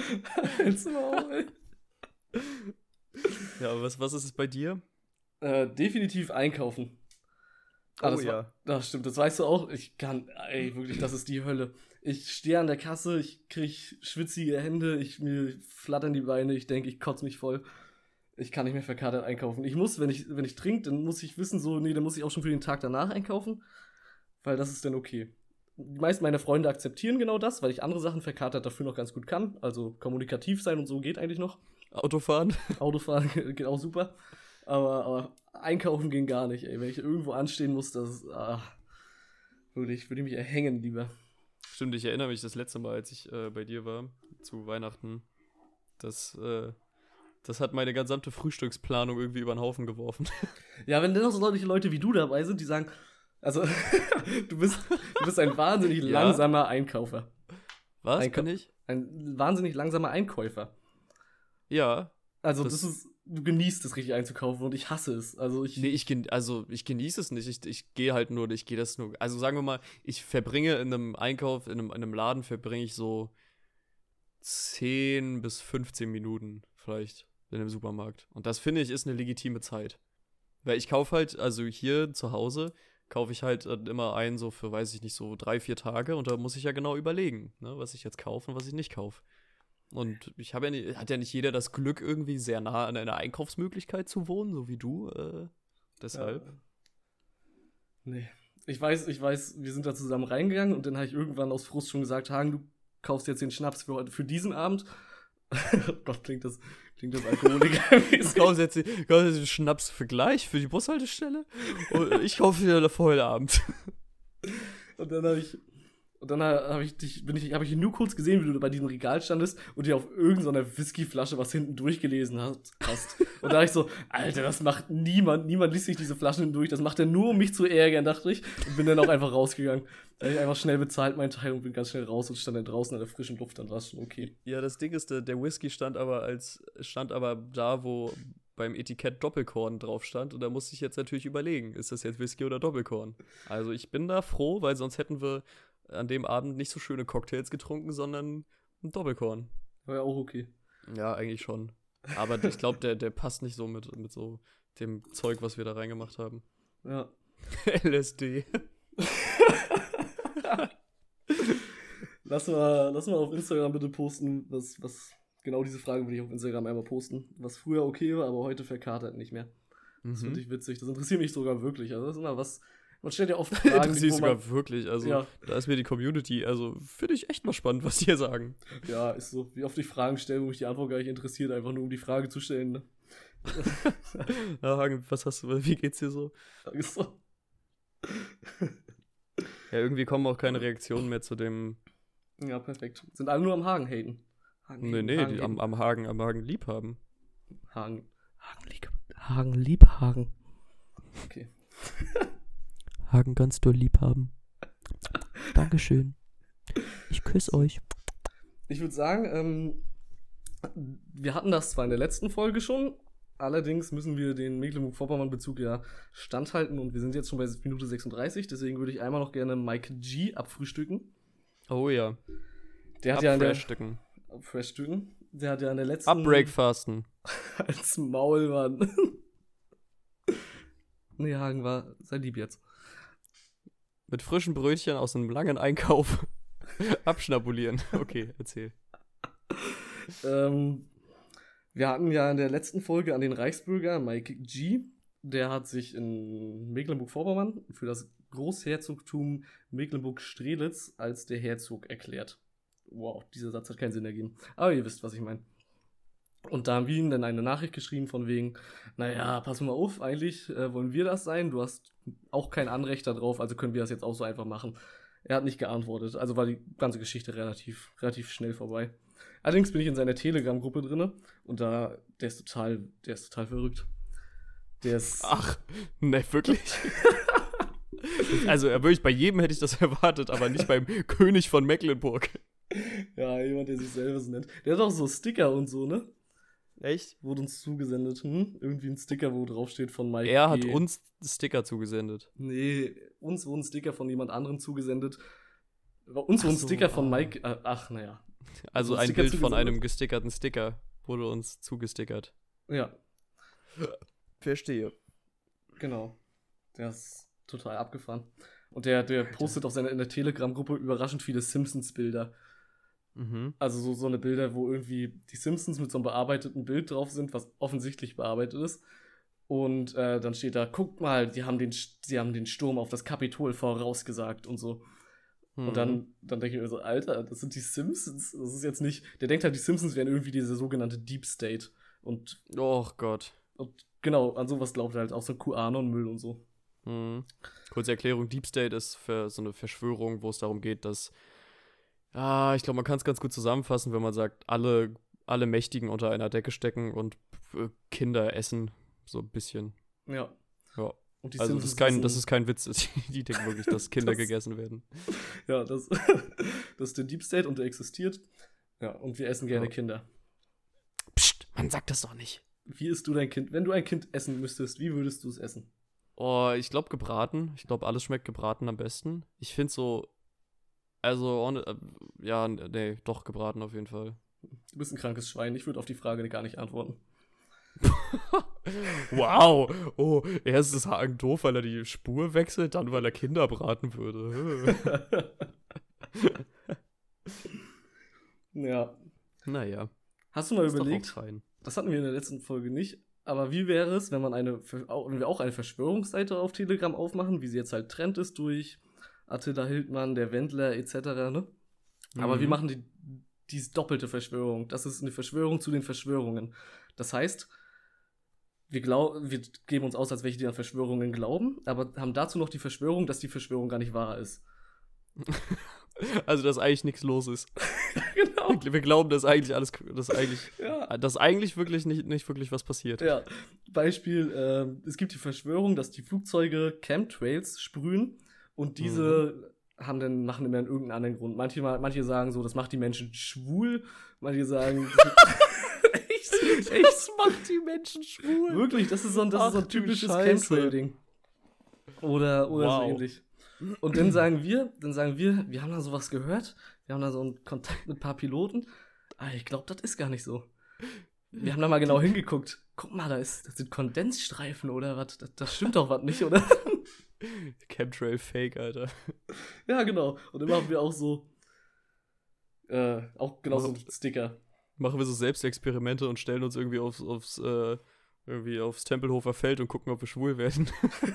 Ja, aber was, was ist es bei dir? Äh, definitiv einkaufen. Ah, oh das ja. War, das stimmt, das weißt du auch. Ich kann, ey, wirklich, das ist die Hölle. Ich stehe an der Kasse, ich krieg schwitzige Hände, ich, mir flattern die Beine, ich denke, ich kotze mich voll. Ich kann nicht mehr verkatert einkaufen. Ich muss, wenn ich, wenn ich trinke, dann muss ich wissen, so, nee, dann muss ich auch schon für den Tag danach einkaufen, weil das ist dann okay. Die meisten meiner Freunde akzeptieren genau das, weil ich andere Sachen verkatert dafür noch ganz gut kann. Also kommunikativ sein und so geht eigentlich noch. Autofahren? Autofahren geht auch super. Aber, aber einkaufen ging gar nicht, ey. Wenn ich irgendwo anstehen muss, das ah, würde ich, würde ich mich erhängen lieber. Stimmt, ich erinnere mich das letzte Mal, als ich äh, bei dir war, zu Weihnachten. Das, äh, das hat meine gesamte Frühstücksplanung irgendwie über den Haufen geworfen. Ja, wenn dennoch so solche Leute wie du dabei sind, die sagen, also, du bist, du bist ein wahnsinnig ja? langsamer Einkaufer. Was, Einkau- bin ich? Ein wahnsinnig langsamer Einkäufer. Ja. Also, das, das ist, du genießt es richtig einzukaufen und ich hasse es. Also, ich. Nee, ich, gen- also, ich genieße es nicht. Ich, ich gehe halt nur, ich gehe das nur. Also, sagen wir mal, ich verbringe in einem Einkauf, in einem, in einem Laden verbringe ich so zehn bis fünfzehn Minuten vielleicht in einem Supermarkt. Und das, finde ich, ist eine legitime Zeit. Weil ich kaufe halt, also hier zu Hause, kaufe ich halt immer ein, so für, weiß ich nicht, so drei, vier Tage und da muss ich ja genau überlegen, ne, was ich jetzt kaufe und was ich nicht kaufe. Und ich habe ja nicht, hat ja nicht jeder das Glück, irgendwie sehr nah an einer Einkaufsmöglichkeit zu wohnen, so wie du, äh, deshalb. Ja. Nee. Ich weiß, ich weiß, wir sind da zusammen reingegangen und dann habe ich irgendwann aus Frust schon gesagt, Hagen, du kaufst jetzt den Schnaps für heute, für diesen Abend. Oh Gott, klingt das, klingt das Alkoholiker. Du kaufst jetzt, den, kaufst jetzt den Schnaps für gleich, für die Bushaltestelle und ich kaufe wieder für heute Abend. Und dann habe ich, und dann habe ich dich, bin ich, habe ich nur kurz gesehen, wie du bei diesem Regal standest und dir auf irgendeiner Whiskyflasche was hinten durchgelesen hast. Und da dachte ich so, Alter, das macht niemand, niemand liest sich diese Flaschen hinten durch, das macht er nur, um mich zu ärgern, dachte ich. Und bin dann auch einfach rausgegangen. Da habe ich einfach schnell bezahlt meinen Teil und bin ganz schnell raus und stand dann draußen in der frischen Luft, dann war es schon okay. Ja, das Ding ist, der, der Whisky stand aber als, stand aber da, wo beim Etikett Doppelkorn drauf stand und da musste ich jetzt natürlich überlegen, ist das jetzt Whisky oder Doppelkorn? Also ich bin da froh, weil sonst hätten wir an dem Abend nicht so schöne Cocktails getrunken, sondern ein Doppelkorn. War ja auch okay. Ja, eigentlich schon. Aber ich glaube, der, der passt nicht so mit, mit so dem Zeug, was wir da reingemacht haben. Ja. L S D. Lass mal, lass mal auf Instagram bitte posten, was, was, genau diese Frage würde ich auf Instagram einmal posten. Was früher okay war, aber heute verkatert nicht mehr. Das Mhm. finde ich witzig. Das interessiert mich sogar wirklich. Also das ist immer was, man stellt ja oft Fragen, Interessiert wo sogar man, wirklich. Also, Ja. da ist mir die Community, also finde ich echt mal spannend, was die hier sagen. ja, ist so, wie oft ich Fragen stelle, wo mich die Antwort gar nicht interessiert, einfach nur um die Frage zu stellen. Ne? Ja, Hagen, was hast du, wie geht's dir so? Ist so. Ja, irgendwie kommen auch keine Reaktionen mehr zu dem. Ja, perfekt. Sind alle nur am Hagen haten. Hagen, Nee, nee, Hagen, die am, am Hagen, am Hagen lieb haben. Hagen. Hagen, lieb, Hagen, lieb Hagen. Okay. Hagen kannst du lieb haben. Dankeschön. Ich küsse euch. Ich würde sagen, ähm, wir hatten das zwar in der letzten Folge schon, allerdings müssen wir den Mecklenburg-Vorpommern-Bezug ja standhalten und wir sind jetzt schon bei Minute sechsunddreißig, deswegen würde ich einmal noch gerne Mike G. abfrühstücken. Oh ja. Der hat ja in der Abfrühstücken. Abfrühstücken. Der hat ja in der letzten Abbreakfasten. als Maulmann. Nee, Hagen war sein Lieb jetzt. Mit frischen Brötchen aus einem langen Einkauf abschnabulieren. Okay, erzähl. ähm, wir hatten ja in der letzten Folge an den Reichsbürger Mike G. Der hat sich in Mecklenburg-Vorpommern für das Großherzogtum Mecklenburg-Strelitz als der Herzog erklärt. Wow, dieser Satz hat keinen Sinn ergeben. Aber ihr wisst, was ich meine. Und da haben wir ihm dann eine Nachricht geschrieben von wegen, naja, pass mal auf, eigentlich äh, wollen wir das sein, du hast auch kein Anrecht darauf, also können wir das jetzt auch so einfach machen. Er hat nicht geantwortet, also war die ganze Geschichte relativ, relativ schnell vorbei. Allerdings bin ich in seiner Telegram-Gruppe drin und da, der ist total, der ist total verrückt. Der ist... Ach, ne, wirklich? Also wirklich, bei jedem hätte ich das erwartet, aber nicht beim König von Mecklenburg. Ja, jemand, der sich selber so nennt. Der hat auch so Sticker und so, ne? Echt? Wurde uns zugesendet. Hm? Irgendwie ein Sticker, wo drauf steht von Mike Er hat G. uns Sticker zugesendet. Nee, uns wurden Sticker von jemand anderem zugesendet. Uns wurden so, Sticker von ah. Mike. Äh, ach, naja. Also So ein Sticker Bild von zugesendet. einem gestickerten Sticker wurde uns zugestickert. Ja, Verstehe. genau. Der ist total abgefahren. Und der, der Alter. postet auf seiner in der Telegram-Gruppe überraschend viele Simpsons-Bilder. Mhm. Also so, so eine Bilder, wo irgendwie die Simpsons mit so einem bearbeiteten Bild drauf sind, was offensichtlich bearbeitet ist. Und äh, dann steht da, guckt mal, die haben den, sie haben den Sturm auf das Kapitol vorausgesagt und so. Mhm. Und dann, dann denke ich mir so, Alter, das sind die Simpsons. Das ist jetzt nicht, der denkt halt, die Simpsons wären irgendwie diese sogenannte Deep State. Und, Oh Gott. und genau, an sowas glaubt er halt auch so QAnon-Müll und so. Mhm. Kurze Erklärung, Deep State ist für so eine Verschwörung, wo es darum geht, dass, ah, ich glaube, man kann es ganz gut zusammenfassen, wenn man sagt, alle, alle Mächtigen unter einer Decke stecken und äh, Kinder essen, so ein bisschen. Ja. Ja. Und die Also das Simpsons ist, kein, wissen- das ist kein Witz, die denken wirklich, dass Kinder Das- gegessen werden. Ja, das, das ist der Deep State und der existiert. Ja, und wir essen gerne Ja. Kinder. Psst, man sagt das doch nicht. Wie isst du dein Kind? Wenn du ein Kind essen müsstest, wie würdest du es essen? Oh, ich glaube gebraten. Ich glaube, alles schmeckt gebraten am besten. Ich finde so, also, ohne, äh, ja, nee, doch gebraten auf jeden Fall. Du bist ein krankes Schwein. Ich würde auf die Frage gar nicht antworten. Wow! Oh, erst ist Hagen doof, weil er die Spur wechselt, dann weil er Kinder braten würde. Ja. Naja, Hast du mal ist doch auch überlegt, fein. das hatten wir in der letzten Folge nicht, aber wie wäre es, wenn man eine, Ver- au- wenn wir auch eine Verschwörungsseite auf Telegram aufmachen, wie sie jetzt halt Trend ist durch Attila Hildmann, der Wendler et cetera, ne? Aber Mhm. wir machen die, die doppelte Verschwörung. Das ist eine Verschwörung zu den Verschwörungen. Das heißt, wir, glaub, wir geben uns aus, als welche, die an Verschwörungen glauben, aber haben dazu noch die Verschwörung, dass die Verschwörung gar nicht wahr ist. Also, dass eigentlich nichts los ist. Genau. Wir glauben, dass eigentlich alles, dass eigentlich, Ja. dass eigentlich wirklich nicht, nicht wirklich was passiert. Ja, Beispiel, ähm, es gibt die Verschwörung, dass die Flugzeuge Chemtrails sprühen und diese haben dann, machen immer irgendeinen anderen Grund. Manche, manche sagen so, das macht die Menschen schwul, manche sagen, echt, echt, Das macht die Menschen schwul. wirklich, das ist so ein, das ist so Ach ein du typisches Scheiße. Chemtrail-Ding. Oder, oder so Wow. ähnlich. Und dann sagen wir, dann sagen wir, wir haben da sowas gehört, wir haben da so einen Kontakt mit ein paar Piloten, aber ich glaube, das ist gar nicht so. Wir haben da mal genau hingeguckt. Guck mal, da, ist, das sind Kondensstreifen oder was? Das, das stimmt doch was nicht, oder? Chemtrail Fake, Alter. Ja, genau. Und immer haben wir auch so, äh, auch genau so einen Sticker. Machen wir so Selbstexperimente und stellen uns irgendwie aufs, aufs, äh, irgendwie aufs Tempelhofer Feld und gucken, ob wir schwul werden.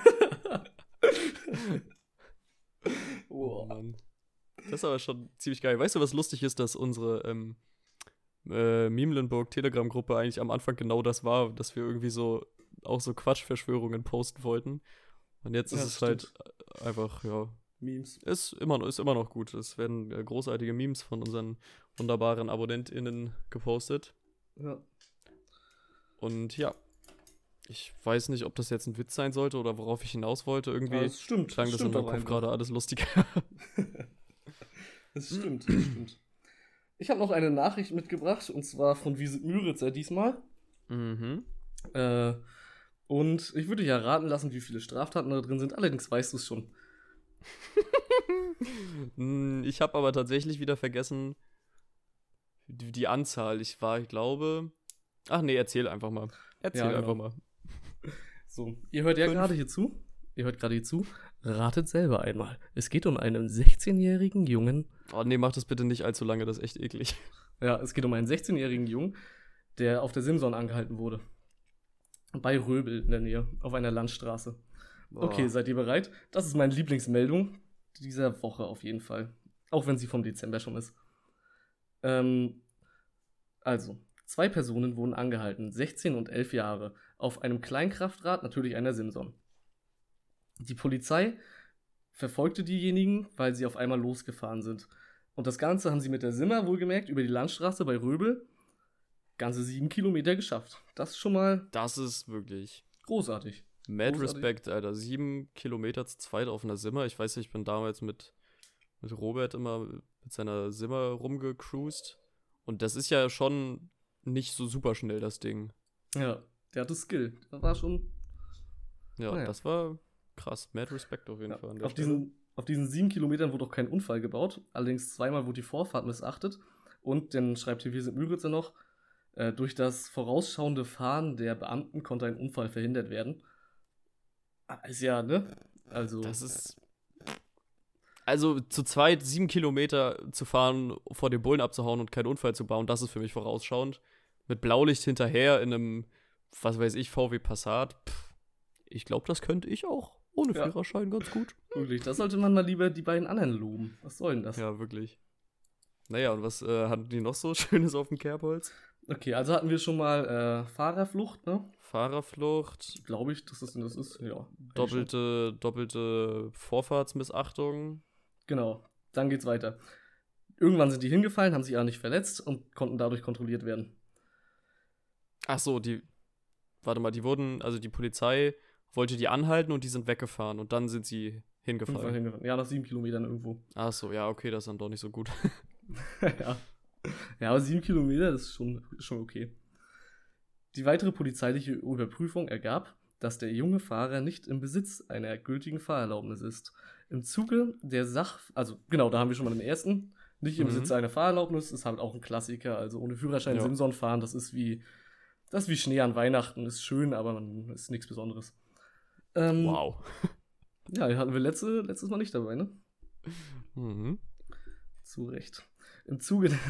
Oh. Mann. Das ist aber schon ziemlich geil. Weißt du, was lustig ist, dass unsere ähm, äh, Memelenburg-Telegram-Gruppe eigentlich am Anfang genau das war, dass wir irgendwie so auch so Quatschverschwörungen posten wollten. Und jetzt Ja, ist es stimmt. halt einfach, ja, Memes. Ist immer, ist immer noch gut. Es werden äh, großartige Memes von unseren wunderbaren AbonnentInnen gepostet. Ja. Und ja, ich weiß nicht, ob das jetzt ein Witz sein sollte oder worauf ich hinaus wollte. Irgendwie Ja, das stimmt. klang das das in stimmt meinem auch Kopf einfach. gerade alles lustiger. Das stimmt, das stimmt. Ich habe noch eine Nachricht mitgebracht, und zwar von Wiesent Müritzer diesmal. Mhm. Äh, und ich würde ja raten lassen, wie viele Straftaten da drin sind. Allerdings weißt du es schon. Hm, ich habe aber tatsächlich wieder vergessen die, die Anzahl. Ich war, ich glaube. Ach nee, erzähl einfach mal. Erzähl Ja, genau. einfach mal. So, ihr hört ja Fünf. gerade hier zu. Ihr hört gerade hier zu. Ratet selber einmal. Es geht um einen sechzehnjährigen Jungen. Oh nee, mach das bitte nicht allzu lange, das ist echt eklig. Ja, es geht um einen sechzehnjährigen Jungen, der auf der Simson angehalten wurde. Bei Röbel in der Nähe, auf einer Landstraße. Okay, Oh. seid ihr bereit? Das ist meine Lieblingsmeldung dieser Woche auf jeden Fall. Auch wenn sie vom Dezember schon ist. Ähm, also, zwei Personen wurden angehalten, sechzehn und elf Jahre, auf einem Kleinkraftrad, natürlich einer Simson. Die Polizei verfolgte diejenigen, weil sie auf einmal losgefahren sind. Und das Ganze haben sie mit der Simmer, wohlgemerkt, über die Landstraße bei Röbel ganze sieben Kilometer geschafft. Das ist schon mal Das ist wirklich großartig. mad Großartig. Respect, Alter. Sieben Kilometer zu zweit auf einer Simmer. Ich weiß nicht, ich bin damals mit, mit Robert immer mit seiner Simmer rumgecruised. Und das ist ja schon nicht so super schnell, das Ding. Ja, der hatte Skill. Das war schon. Ja, Naja. das war krass. Mad Respect auf jeden Ja, Fall. An der auf, Stelle. diesen, auf diesen sieben Kilometern wurde auch kein Unfall gebaut. Allerdings zweimal wurde die Vorfahrt missachtet. Und dann schreibt hier Wiesent Müritzer noch, äh, durch das vorausschauende Fahren der Beamten konnte ein Unfall verhindert werden. Ah, ist ja, ne? Also. Das ist. Also zu zweit sieben Kilometer zu fahren, vor den Bullen abzuhauen und keinen Unfall zu bauen, das ist für mich vorausschauend. Mit Blaulicht hinterher in einem, was weiß ich, V W Passat. Pff, ich glaube, das könnte ich auch ohne Ja. Führerschein ganz gut. Wirklich, da sollte man mal lieber die beiden anderen loben. Was soll denn das? Ja, wirklich. Naja, und was äh, hatten die noch so Schönes auf dem Kerbholz? Okay, also hatten wir schon mal äh, Fahrerflucht, ne? Fahrerflucht, Glaube ich, dass das denn das ist. Ja. doppelte, doppelte Vorfahrtsmissachtung. Genau, dann geht's weiter. Irgendwann sind die hingefallen, haben sich aber nicht verletzt und konnten dadurch kontrolliert werden. Ach so, die, warte mal, die wurden, also die Polizei wollte die anhalten und die sind weggefahren und dann sind sie Irgendwann hingefallen. hingefallen. Ja, nach sieben Kilometern irgendwo. Ach so, ja, okay, das ist dann doch nicht so gut. ja. ja, aber sieben Kilometer, das ist schon, ist schon okay. Die weitere polizeiliche Überprüfung ergab, dass der junge Fahrer nicht im Besitz einer gültigen Fahrerlaubnis ist. Im Zuge der Sach... Also, genau, da haben wir schon mal den ersten. Nicht im Mhm. Besitz einer Fahrerlaubnis, ist halt auch ein Klassiker. Also ohne Führerschein Ja. Simson fahren, das ist wie... Das ist wie Schnee an Weihnachten. Ist schön, aber man ist nichts Besonderes. Ähm, Wow. Ja, die hatten wir letzte, letztes Mal nicht dabei, ne? Mhm. Zu Recht. Im Zuge, der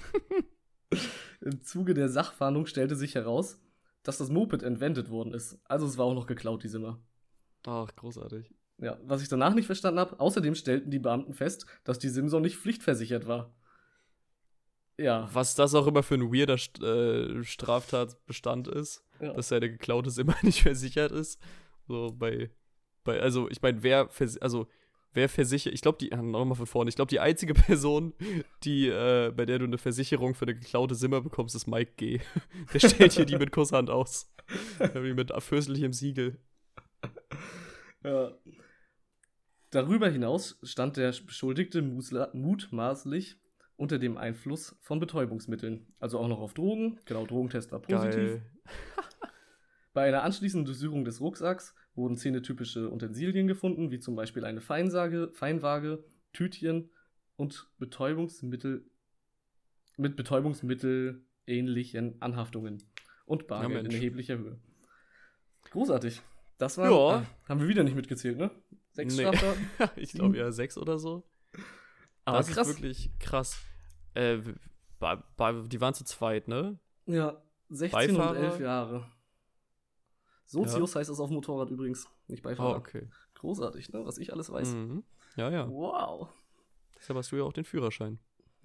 Im Zuge der Sachfahndung stellte sich heraus, dass das Moped entwendet worden ist. Also es war auch noch geklaut, die Simmer. Ach, großartig. Ja, was ich danach nicht verstanden habe, außerdem stellten die Beamten fest, dass die Simson nicht pflichtversichert war. Ja. Was das auch immer für ein weirder St äh, Straftatbestand ist, Ja. dass seine geklaute Simmer nicht versichert ist. So bei, bei also ich meine, wer, vers also wer versichert, ich glaube, die, nochmal von vorne, ich glaube, die einzige Person, die, äh, bei der du eine Versicherung für eine geklaute Simmer bekommst, ist Mike G. Der stellt hier die mit Kusshand aus. Wie mit fürstlichem Siegel. Ja. Darüber hinaus stand der Beschuldigte musla- mutmaßlich unter dem Einfluss von Betäubungsmitteln. Also auch noch auf Drogen. Genau, Drogentest war positiv. Geil. Bei einer anschließenden Durchsuchung des Rucksacks wurden zähnetypische Utensilien gefunden, wie zum Beispiel eine Feinsage, Feinwaage, Tütchen und Betäubungsmittel mit Betäubungsmittel-ähnlichen Anhaftungen und Bargeld Ja, in Mensch. erheblicher Höhe. Großartig. Das war, Ja. äh, haben wir wieder nicht mitgezählt, ne? Sechs Nee. Straftaten. Ich glaube ja sechs oder so. Aber das krass. ist wirklich krass. Äh, bei, bei, die waren zu zweit, ne? Ja, sechzehn Beifahrer? und elf Jahre. Sozius heißt das auf dem Motorrad übrigens, nicht Oh, Beifahrer. okay. Großartig, ne? Was ich alles weiß. Mhm. Ja, ja. Wow. Deshalb hast du ja auch den Führerschein.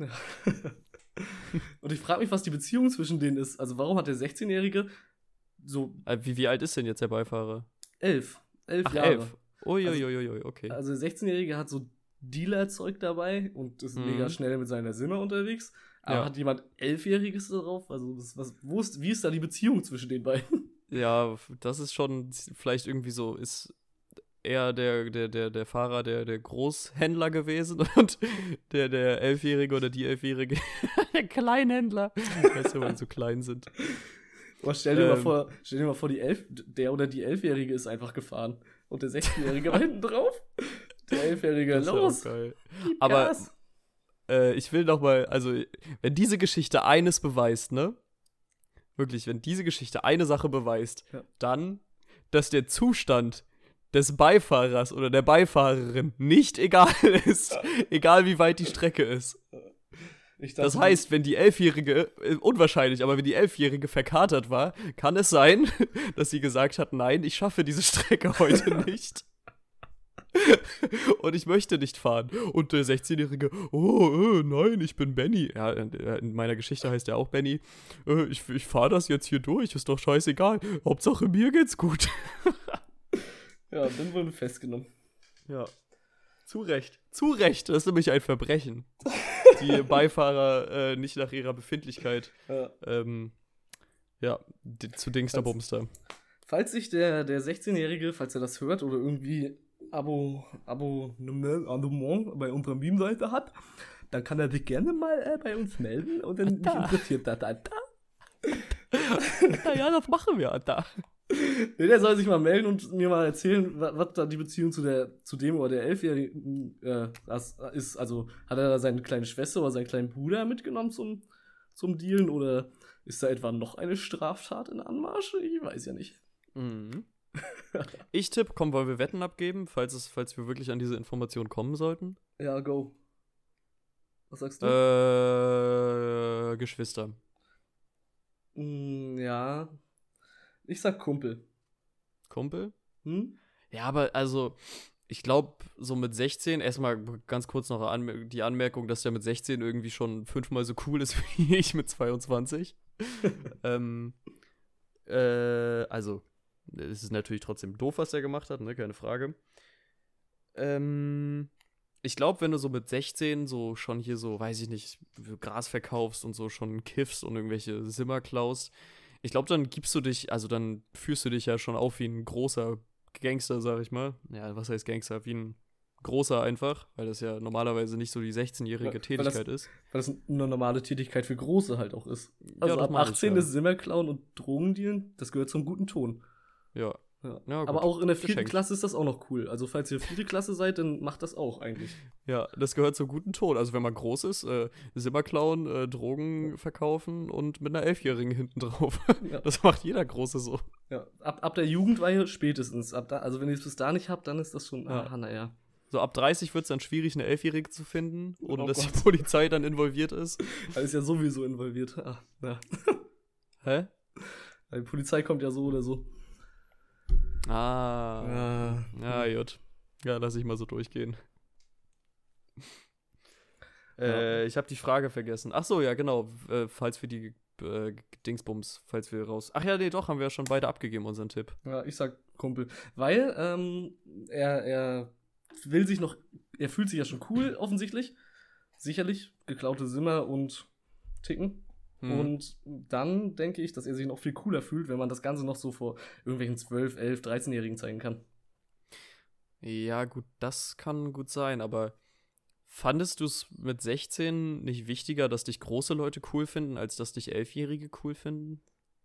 Und ich frage mich, was die Beziehung zwischen denen ist. Also warum hat der sechzehnjährige so Äh, wie, wie alt ist denn jetzt der Beifahrer? elf, elf Ach, Jahre? elf. Uiuiuiui, okay. Also der sechzehnjährige hat so Dealer-Zeug dabei und ist Mhm. mega schnell mit seiner Simmer unterwegs. Aber Ja. hat jemand Elfjähriges da drauf? Also das, was, wo ist, wie ist da die Beziehung zwischen den beiden? Ja, das ist schon vielleicht irgendwie so, ist eher der, der, der, der Fahrer der, der Großhändler gewesen und der, der Elfjährige oder die Elfjährige der Kleinhändler. Weißt du, weil die so klein sind. Oh, stell dir mal Ähm. vor, stell dir mal vor, die Elf, der oder die Elfjährige ist einfach gefahren. Und der sechzehnjährige war hinten drauf. Der Elfjährige, Das ist ja auch los, geil. gib Aber Gas. äh, ich will noch mal, also wenn diese Geschichte eines beweist, ne? Wirklich, wenn diese Geschichte eine Sache beweist, Ja. dann, dass der Zustand des Beifahrers oder der Beifahrerin nicht egal ist, egal wie weit die Strecke ist. Ich Das dachte, heißt, wenn die Elfjährige, äh, unwahrscheinlich, aber wenn die Elfjährige verkatert war, kann es sein, dass sie gesagt hat, nein, ich schaffe diese Strecke heute nicht. Und ich möchte nicht fahren. Und der sechzehnjährige, oh, äh, nein, ich bin Benny. Ja, in meiner Geschichte heißt er auch Benny. Äh, ich ich fahre das jetzt hier durch, ist doch scheißegal. Hauptsache mir geht's gut. Ja, dann wurden wir festgenommen. Ja. Zu Recht. Zu Recht. Das ist nämlich ein Verbrechen. Die Beifahrer äh, nicht nach ihrer Befindlichkeit Ja. ähm, ja, di- zu Dingster Falls- Bumster. Falls sich der, der sechzehnjährige, falls er das hört oder irgendwie Abo, Abonnement, Abonnement bei unserer Meme-Seite hat, dann kann er sich gerne mal äh, bei uns melden und dann mich Da. interessiert das. Da, da. Naja, das machen wir da. Nee, der soll sich mal melden und mir mal erzählen, wa- was da die Beziehung zu der zu dem oder der Elfjährigen äh, das ist. Also hat er da seine kleine Schwester oder seinen kleinen Bruder mitgenommen zum, zum Dealen oder ist da etwa noch eine Straftat in Anmarsch? Ich weiß ja nicht. Mhm. Ich tippe, komm, wollen wir Wetten abgeben, falls, es, falls wir wirklich an diese Information kommen sollten? Ja, go. Was sagst du? Äh, Geschwister. Mm, ja. Ich sag Kumpel. Kumpel? Hm? Ja, aber also, ich glaube, so mit sechzehn, erstmal ganz kurz noch Anmer- die Anmerkung, dass der mit sechzehn irgendwie schon fünfmal so cool ist wie ich mit zweiundzwanzig. ähm, äh, also, es ist natürlich trotzdem doof, was der gemacht hat, ne, keine Frage. Ähm, ich glaube, wenn du so mit sechzehn so schon hier so, weiß ich nicht, Gras verkaufst und so schon kiffst und irgendwelche Simmer klaust, ich glaube, dann gibst du dich, also dann führst du dich ja schon auf wie ein großer Gangster, sag ich mal. Ja, was heißt Gangster? Wie ein großer einfach, weil das ja normalerweise nicht so die sechzehnjährige Weil- weil Tätigkeit das- ist. Weil das eine normale Tätigkeit für Große halt auch ist. Also das ab meine ich, achtzehn ja. ist Simmerklauen und Drogendealen, das gehört zum guten Ton. Ja. Ja. Ja, gut. Aber auch in der vierten Geschenkt. Klasse ist das auch noch cool. Also falls ihr vierte Klasse seid, dann macht das auch eigentlich. Ja, das gehört zum guten Ton. Also wenn man groß ist, äh, Simmer klauen, äh, Drogen verkaufen und mit einer Elfjährigen hinten drauf. Ja. Das macht jeder Große so. Ja. Ab, ab der Jugendweihe spätestens. Ab da, also wenn ihr es bis da nicht habt, dann ist das schon, Ja. ah, naja. So ab dreißig wird es dann schwierig, eine Elfjährige zu finden, ohne Oh dass die Gott. Polizei dann involviert ist. Da ist ja sowieso involviert. Ah, ja. Hä? Die Polizei kommt ja so oder so. Ah. Ja. Ja, gut. Ja, lass ich mal so durchgehen. Ja. Äh, ich habe die Frage vergessen. Ach so, ja, genau. Äh, falls wir die äh, Dingsbums, falls wir raus. Ach ja, nee, doch, haben wir ja schon beide abgegeben, unseren Tipp. Ja, ich sag Kumpel. Weil ähm, er, er will sich noch, er fühlt sich ja schon cool, offensichtlich. Sicherlich, geklaute Simmer und Ticken. Hm. Und dann denke ich, dass er sich noch viel cooler fühlt, wenn man das Ganze noch so vor irgendwelchen zwölf, elf, dreizehnjährigen zeigen kann. Ja, gut, das kann gut sein, aber fandest du es mit sechzehn nicht wichtiger, dass dich große Leute cool finden, als dass dich Elfjährige cool finden?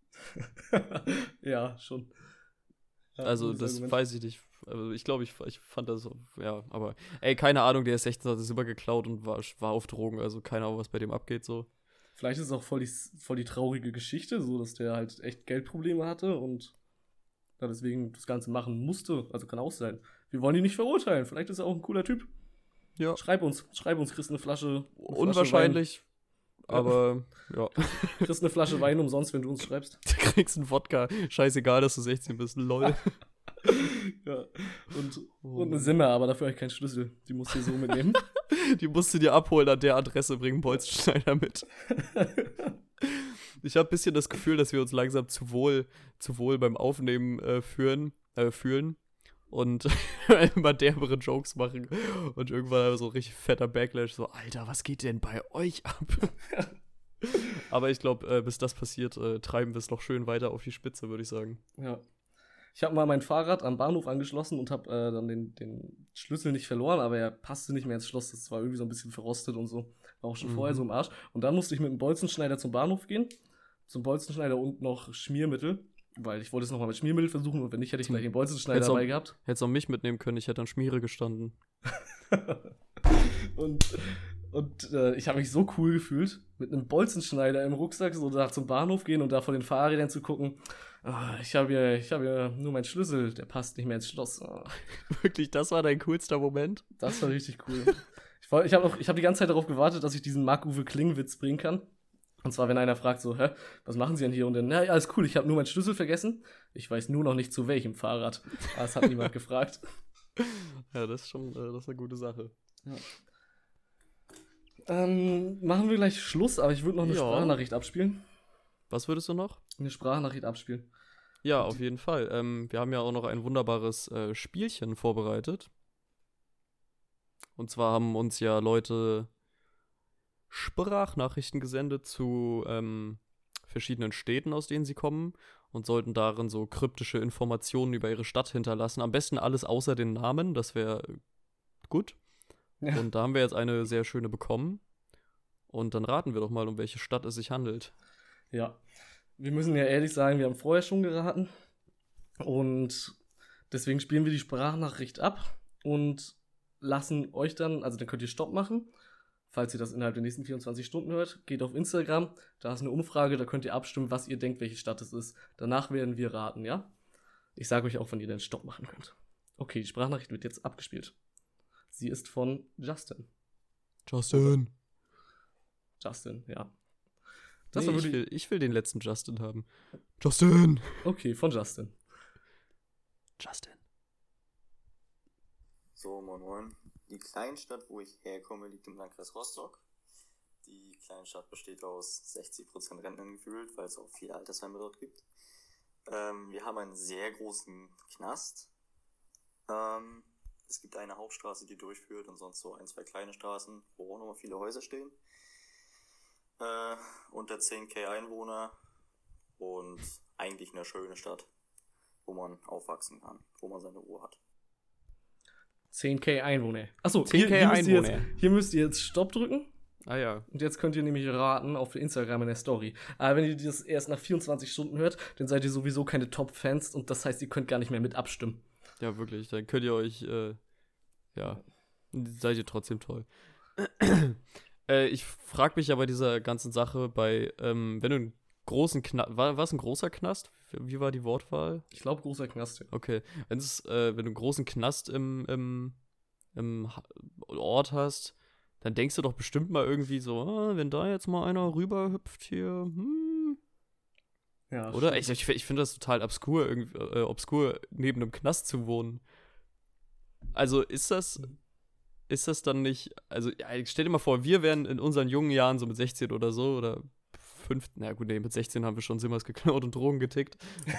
Ja, schon. Ja, Also, gutes das Argument. weiß ich nicht. Also, ich glaube, ich, ich fand das, so- ja, aber, ey, keine Ahnung, der ist sechzehn, hat das immer geklaut und war, war auf Drogen, also keine Ahnung, was bei dem abgeht, so. Vielleicht ist es auch voll die, voll die traurige Geschichte, so dass der halt echt Geldprobleme hatte und dann deswegen das Ganze machen musste. Also kann auch sein. Wir wollen ihn nicht verurteilen. Vielleicht ist er auch ein cooler Typ. Ja. Schreib uns, schreib uns, kriegst eine Flasche. Eine Flasche Unwahrscheinlich, Ja. aber, ja. Wein. Kriegst eine Flasche Wein umsonst, wenn du uns schreibst. Du kriegst einen Wodka. Scheißegal, dass du sechzehn bist. Lol. Ja. Und, Oh. und eine Simmer, aber dafür habe ich keinen Schlüssel. Die musst du so mitnehmen. Die musst du dir abholen an der Adresse, bringen Bolzenschneider mit. Ich habe ein bisschen das Gefühl, dass wir uns langsam zu wohl, zu wohl beim Aufnehmen äh, führen, äh, fühlen. und immer derbere Jokes machen und irgendwann so richtig fetter Backlash, so, Alter, was geht denn bei euch ab? Aber ich glaube, äh, bis das passiert, äh, treiben wir es noch schön weiter auf die Spitze, würde ich sagen. Ja. Ich habe mal mein Fahrrad am Bahnhof angeschlossen und habe äh, dann den, den Schlüssel nicht verloren, aber er passte nicht mehr ins Schloss. Das war irgendwie so ein bisschen verrostet und so. War auch schon Mhm. vorher so im Arsch. Und dann musste ich mit dem Bolzenschneider zum Bahnhof gehen. Zum Bolzenschneider und noch Schmiermittel. Weil ich wollte es nochmal mit Schmiermittel versuchen und wenn nicht, hätte ich gleich den Bolzenschneider Hättest dabei auch- gehabt. Hättest auch mich mitnehmen können, ich hätte an Schmiere gestanden. und und äh, ich habe mich so cool gefühlt, mit einem Bolzenschneider im Rucksack so da zum Bahnhof gehen und da vor den Fahrrädern zu gucken. Ah, ich habe ja, ich habe ja nur meinen Schlüssel, der passt nicht mehr ins Schloss. Ah, Wirklich, das war dein coolster Moment? das war richtig cool. Ich, woll- ich habe auch- ich hab die ganze Zeit darauf gewartet, dass ich diesen Marc-Uwe Kling-Witz bringen kann. Und zwar, wenn einer fragt so, hä, was machen Sie denn hier? Und dann, na ja, alles cool, ich habe nur meinen Schlüssel vergessen. Ich weiß nur noch nicht, zu welchem Fahrrad. Aber das hat niemand gefragt. Ja, das ist schon, äh, das ist eine gute Sache. Ähm, machen wir gleich Schluss, aber ich würde noch eine Ja. Sprachnachricht abspielen. Was würdest du noch? Eine Sprachnachricht abspielen. Ja, auf jeden Fall. Ähm, wir haben ja auch noch ein wunderbares äh, Spielchen vorbereitet. Und zwar haben uns ja Leute Sprachnachrichten gesendet zu ähm, verschiedenen Städten, aus denen sie kommen und sollten darin so kryptische Informationen über ihre Stadt hinterlassen. Am besten alles außer den Namen, das wäre gut. Ja. Und da haben wir jetzt eine sehr schöne bekommen. Und dann raten wir doch mal, um welche Stadt es sich handelt. Ja. Wir müssen ja ehrlich sagen, wir haben vorher schon geraten. Und deswegen spielen wir die Sprachnachricht ab und lassen euch dann, also dann könnt ihr Stopp machen. Falls ihr das innerhalb der nächsten vierundzwanzig Stunden hört, geht auf Instagram. Da ist eine Umfrage, da könnt ihr abstimmen, was ihr denkt, welche Stadt es ist. Danach werden wir raten, ja? Ich sage euch auch, wann ihr den Stopp machen könnt. Okay, die Sprachnachricht wird jetzt abgespielt. Sie ist von Justin. Justin. Justin, ja. Das war nee, ich, wirklich- will, ich will den letzten Justin haben. Justin. Okay, von Justin. Justin. So, moin moin. Die Kleinstadt, wo ich herkomme, liegt im Landkreis Rostock. Die Kleinstadt besteht aus sechzig Prozent Rentnern gefühlt, weil es auch viele Altersheime dort gibt. Ähm, wir haben einen sehr großen Knast. Ähm, es gibt eine Hauptstraße, die durchführt und sonst so ein, zwei kleine Straßen, wo auch nochmal viele Häuser stehen. Äh, unter zehn K Einwohner und eigentlich eine schöne Stadt, wo man aufwachsen kann, wo man seine Ruhe hat. zehn K Einwohner. Achso, zehn K hier, hier, müsst ihr Einwohner. Jetzt, hier müsst ihr jetzt Stopp drücken. Ah ja. Und jetzt könnt ihr nämlich raten auf Instagram in der Story. Aber wenn ihr das erst nach vierundzwanzig Stunden hört, dann seid ihr sowieso keine Top-Fans und das heißt, ihr könnt gar nicht mehr mit abstimmen. Ja, wirklich. Dann könnt ihr euch, äh, ja, seid ihr trotzdem toll. äh, ich frage mich ja bei dieser ganzen Sache, bei, ähm, wenn du einen großen Knast, war es ein großer Knast? Wie war die Wortwahl? Ich glaube, großer Knast. Ja. Okay. Wenn's, äh, wenn du einen großen Knast im, im, im Ha- Ort hast, dann denkst du doch bestimmt mal irgendwie so, ah, wenn da jetzt mal einer rüberhüpft hier, hm. Ja, Oder? stimmt. Ich, ich, ich finde das total obskur, irgendwie, äh, obskur, neben einem Knast zu wohnen. Also ist das, ist das dann nicht, also ja, stell dir mal vor, wir wären in unseren jungen Jahren so mit sechzehn oder so, oder fünfzehn, na gut, nee, mit sechzehn haben wir schon Simmers geklaut und Drogen getickt.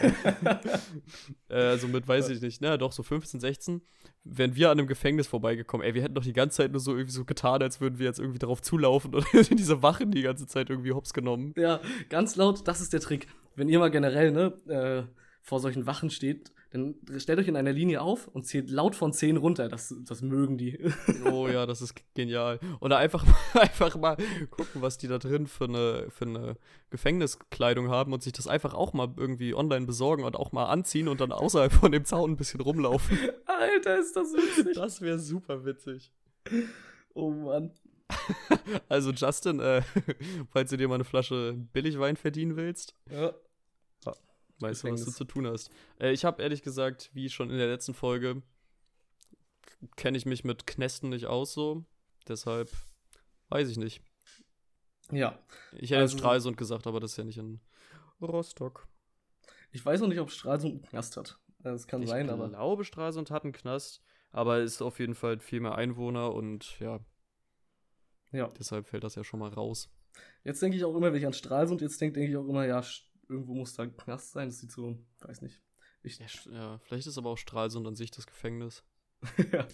äh, also mit, weiß ich nicht, na doch, so fünfzehn, sechzehn, wären wir an einem Gefängnis vorbeigekommen. Ey, wir hätten doch die ganze Zeit nur so irgendwie so getan, als würden wir jetzt irgendwie darauf zulaufen und diese Wachen die ganze Zeit irgendwie hops genommen. Ja, ganz laut, das ist der Trick. Wenn ihr mal generell, ne, äh, vor solchen Wachen steht, dann stellt euch in einer Linie auf und zählt laut von zehn runter. Das, das mögen die. Oh ja, das ist genial. Oder einfach, einfach mal gucken, was die da drin für eine, für eine Gefängniskleidung haben und sich das einfach auch mal irgendwie online besorgen und auch mal anziehen und dann außerhalb von dem Zaun ein bisschen rumlaufen. Alter, ist das witzig. Das wäre super witzig. Oh Mann. Also Justin, äh, falls du dir mal eine Flasche Billigwein verdienen willst, Ja. weißt du, was du Gefängnis. zu tun hast. Äh, ich habe ehrlich gesagt, wie schon in der letzten Folge, kenne ich mich mit Knästen nicht aus so. Deshalb weiß ich nicht. Ja. Ich hätte Also- jetzt Stralsund gesagt, aber das ist ja nicht in Rostock. Ich weiß noch nicht, ob Stralsund einen Knast hat. Das kann Ich sein, aber. glaube, Stralsund hat einen Knast, aber es ist auf jeden Fall viel mehr Einwohner und ja, Ja. deshalb fällt das ja schon mal raus. Jetzt denke ich auch immer, wenn ich an Stralsund jetzt denke, denke ich auch immer, ja, sch- irgendwo muss da ein Knast sein. Das sieht so, weiß nicht. Ich, Ja, sch- ja, vielleicht ist aber auch Stralsund an sich das Gefängnis. ja.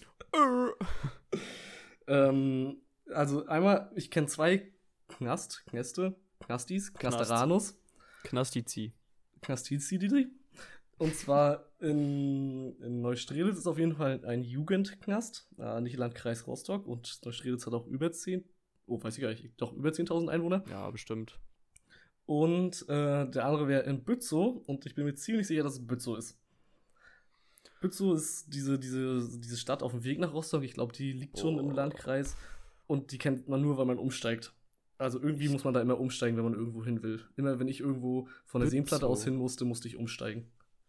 ähm, also einmal, ich kenne zwei Knast, Knäste, Knastis, Knast. Knasteranos, Knastizi. Knastizididri. Und zwar in, in Neustrelitz ist auf jeden Fall ein Jugendknast, äh, nicht Landkreis Rostock. Und Neustrelitz hat auch über zehn, oh, weiß ich gar nicht, doch über zehntausend Einwohner. Ja, bestimmt. Und äh, der andere wäre in Bützow. Und ich bin mir ziemlich sicher, dass es Bützow ist. Bützow ist diese, diese, diese Stadt auf dem Weg nach Rostock. Ich glaube, die liegt schon Oh. im Landkreis. Und die kennt man nur, weil man umsteigt. Also irgendwie muss man da immer umsteigen, wenn man irgendwo hin will. Immer wenn ich irgendwo von der Bützow. Seenplatte aus hin musste, musste ich umsteigen.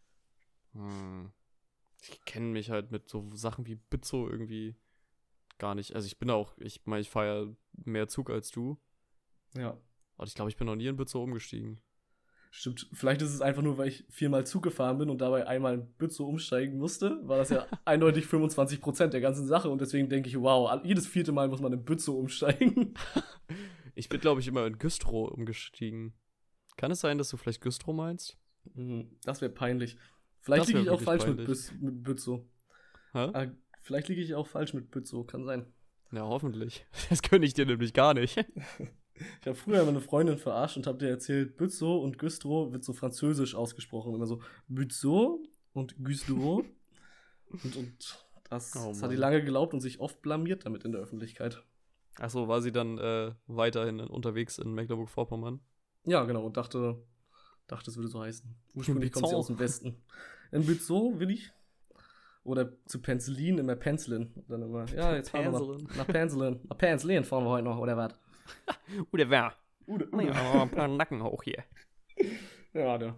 Hm. Ich kenne mich halt mit so Sachen wie Bützow irgendwie gar nicht. Also ich bin auch, ich meine, ich fahre ja mehr Zug als du. Ja. Aber ich glaube, ich bin noch nie in Bützow umgestiegen. Stimmt, vielleicht ist es einfach nur, weil ich viermal Zug gefahren bin und dabei einmal in Bützow umsteigen musste, war das ja eindeutig fünfundzwanzig Prozent der ganzen Sache und deswegen denke ich, wow, jedes vierte Mal muss man in Bützow umsteigen. Ich bin, glaube ich, immer in Güstrow umgestiegen. Kann es sein, dass du vielleicht Güstrow meinst? Hm, Das wäre peinlich. Vielleicht Das liege wär ich auch wirklich falsch mit, peinlich. Büs mit Bützow. Hä? Ah, vielleicht liege ich auch falsch mit Bützow, kann sein. Ja, hoffentlich. Das könnte ich dir nämlich gar nicht. Ich habe früher meine Freundin verarscht und habe dir erzählt, Bützow und Güstrow wird so französisch ausgesprochen. Immer so Bützow und Güstrow. und und das, Oh das hat die Mann. lange geglaubt und sich oft blamiert damit in der Öffentlichkeit. Achso, war sie dann äh, weiterhin unterwegs in Mecklenburg-Vorpommern? Ja, genau, und dachte, dachte, es würde so heißen. Ursprünglich kommt sie Bützow. aus dem Westen. In Bützow will ich. Oder zu Pencilin, immer Pencilin. Und dann immer, ja, jetzt fahren wir Pencilin. nach, nach Pencilin. Nach Pencilin fahren wir heute noch, oder was? Oder wer? Ude, Oh, ja, aber ein paar Nacken hoch hier. Ja, ja.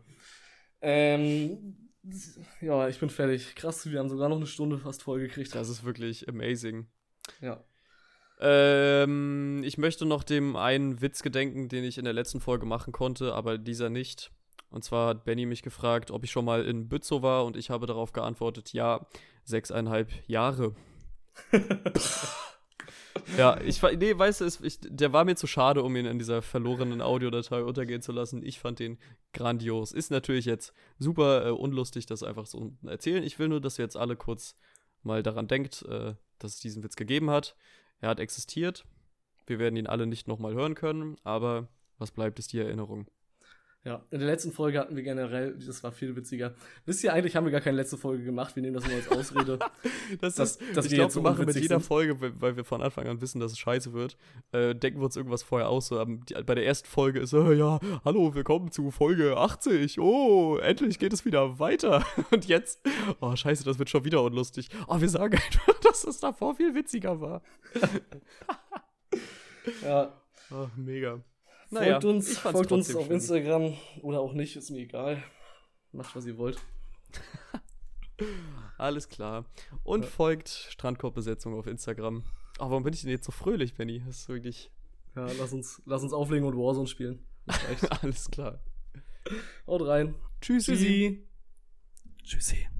Ähm, ja, ich bin fertig. Krass, wir haben sogar noch eine Stunde fast voll gekriegt. Das ist wirklich amazing. Ja. Ähm, ich möchte noch dem einen Witz gedenken, den ich in der letzten Folge machen konnte, aber dieser nicht. Und zwar hat Benny mich gefragt, ob ich schon mal in Bützow war und ich habe darauf geantwortet, ja, sechseinhalb Jahre. Ja, ich war, nee, weißt du, es, ich, der war mir zu schade, um ihn in dieser verlorenen Audiodatei untergehen zu lassen. Ich fand den grandios. Ist natürlich jetzt super äh, unlustig, das einfach so erzählen. Ich will nur, dass ihr jetzt alle kurz mal daran denkt, äh, dass es diesen Witz gegeben hat. Er hat existiert. Wir werden ihn alle nicht nochmal hören können, aber was bleibt, ist die Erinnerung. Ja, in der letzten Folge hatten wir generell, das war viel witziger. Wisst ihr, eigentlich haben wir gar keine letzte Folge gemacht, wir nehmen das nur als Ausrede. Das Dass- ist, dass ich wir glaube, jetzt so wir machen mit unwitzig jeder sind. Folge, weil weil wir von Anfang an wissen, dass es scheiße wird, äh, denken wir uns irgendwas vorher aus. So, am- die, bei der ersten Folge ist, äh, ja, hallo, willkommen zu Folge achtzig. Oh, endlich geht es wieder weiter. Und jetzt, oh, scheiße, das wird schon wieder unlustig. Oh, wir sagen einfach, dass es davor viel witziger war. Ja, Oh, mega. folgt uns, ich fand's folgt uns trotzdem auf schön. Instagram oder auch nicht, ist mir egal. Macht, was ihr wollt. Alles klar. Und Ja. folgt Strandkorbbesetzung auf Instagram. Oh, warum bin ich denn jetzt so fröhlich, Benny? Das ist wirklich Ja, lass uns, lass uns auflegen und Warzone spielen. Das reicht. alles klar. Haut rein. Tschüssi. Tschüssi. Tschüssi.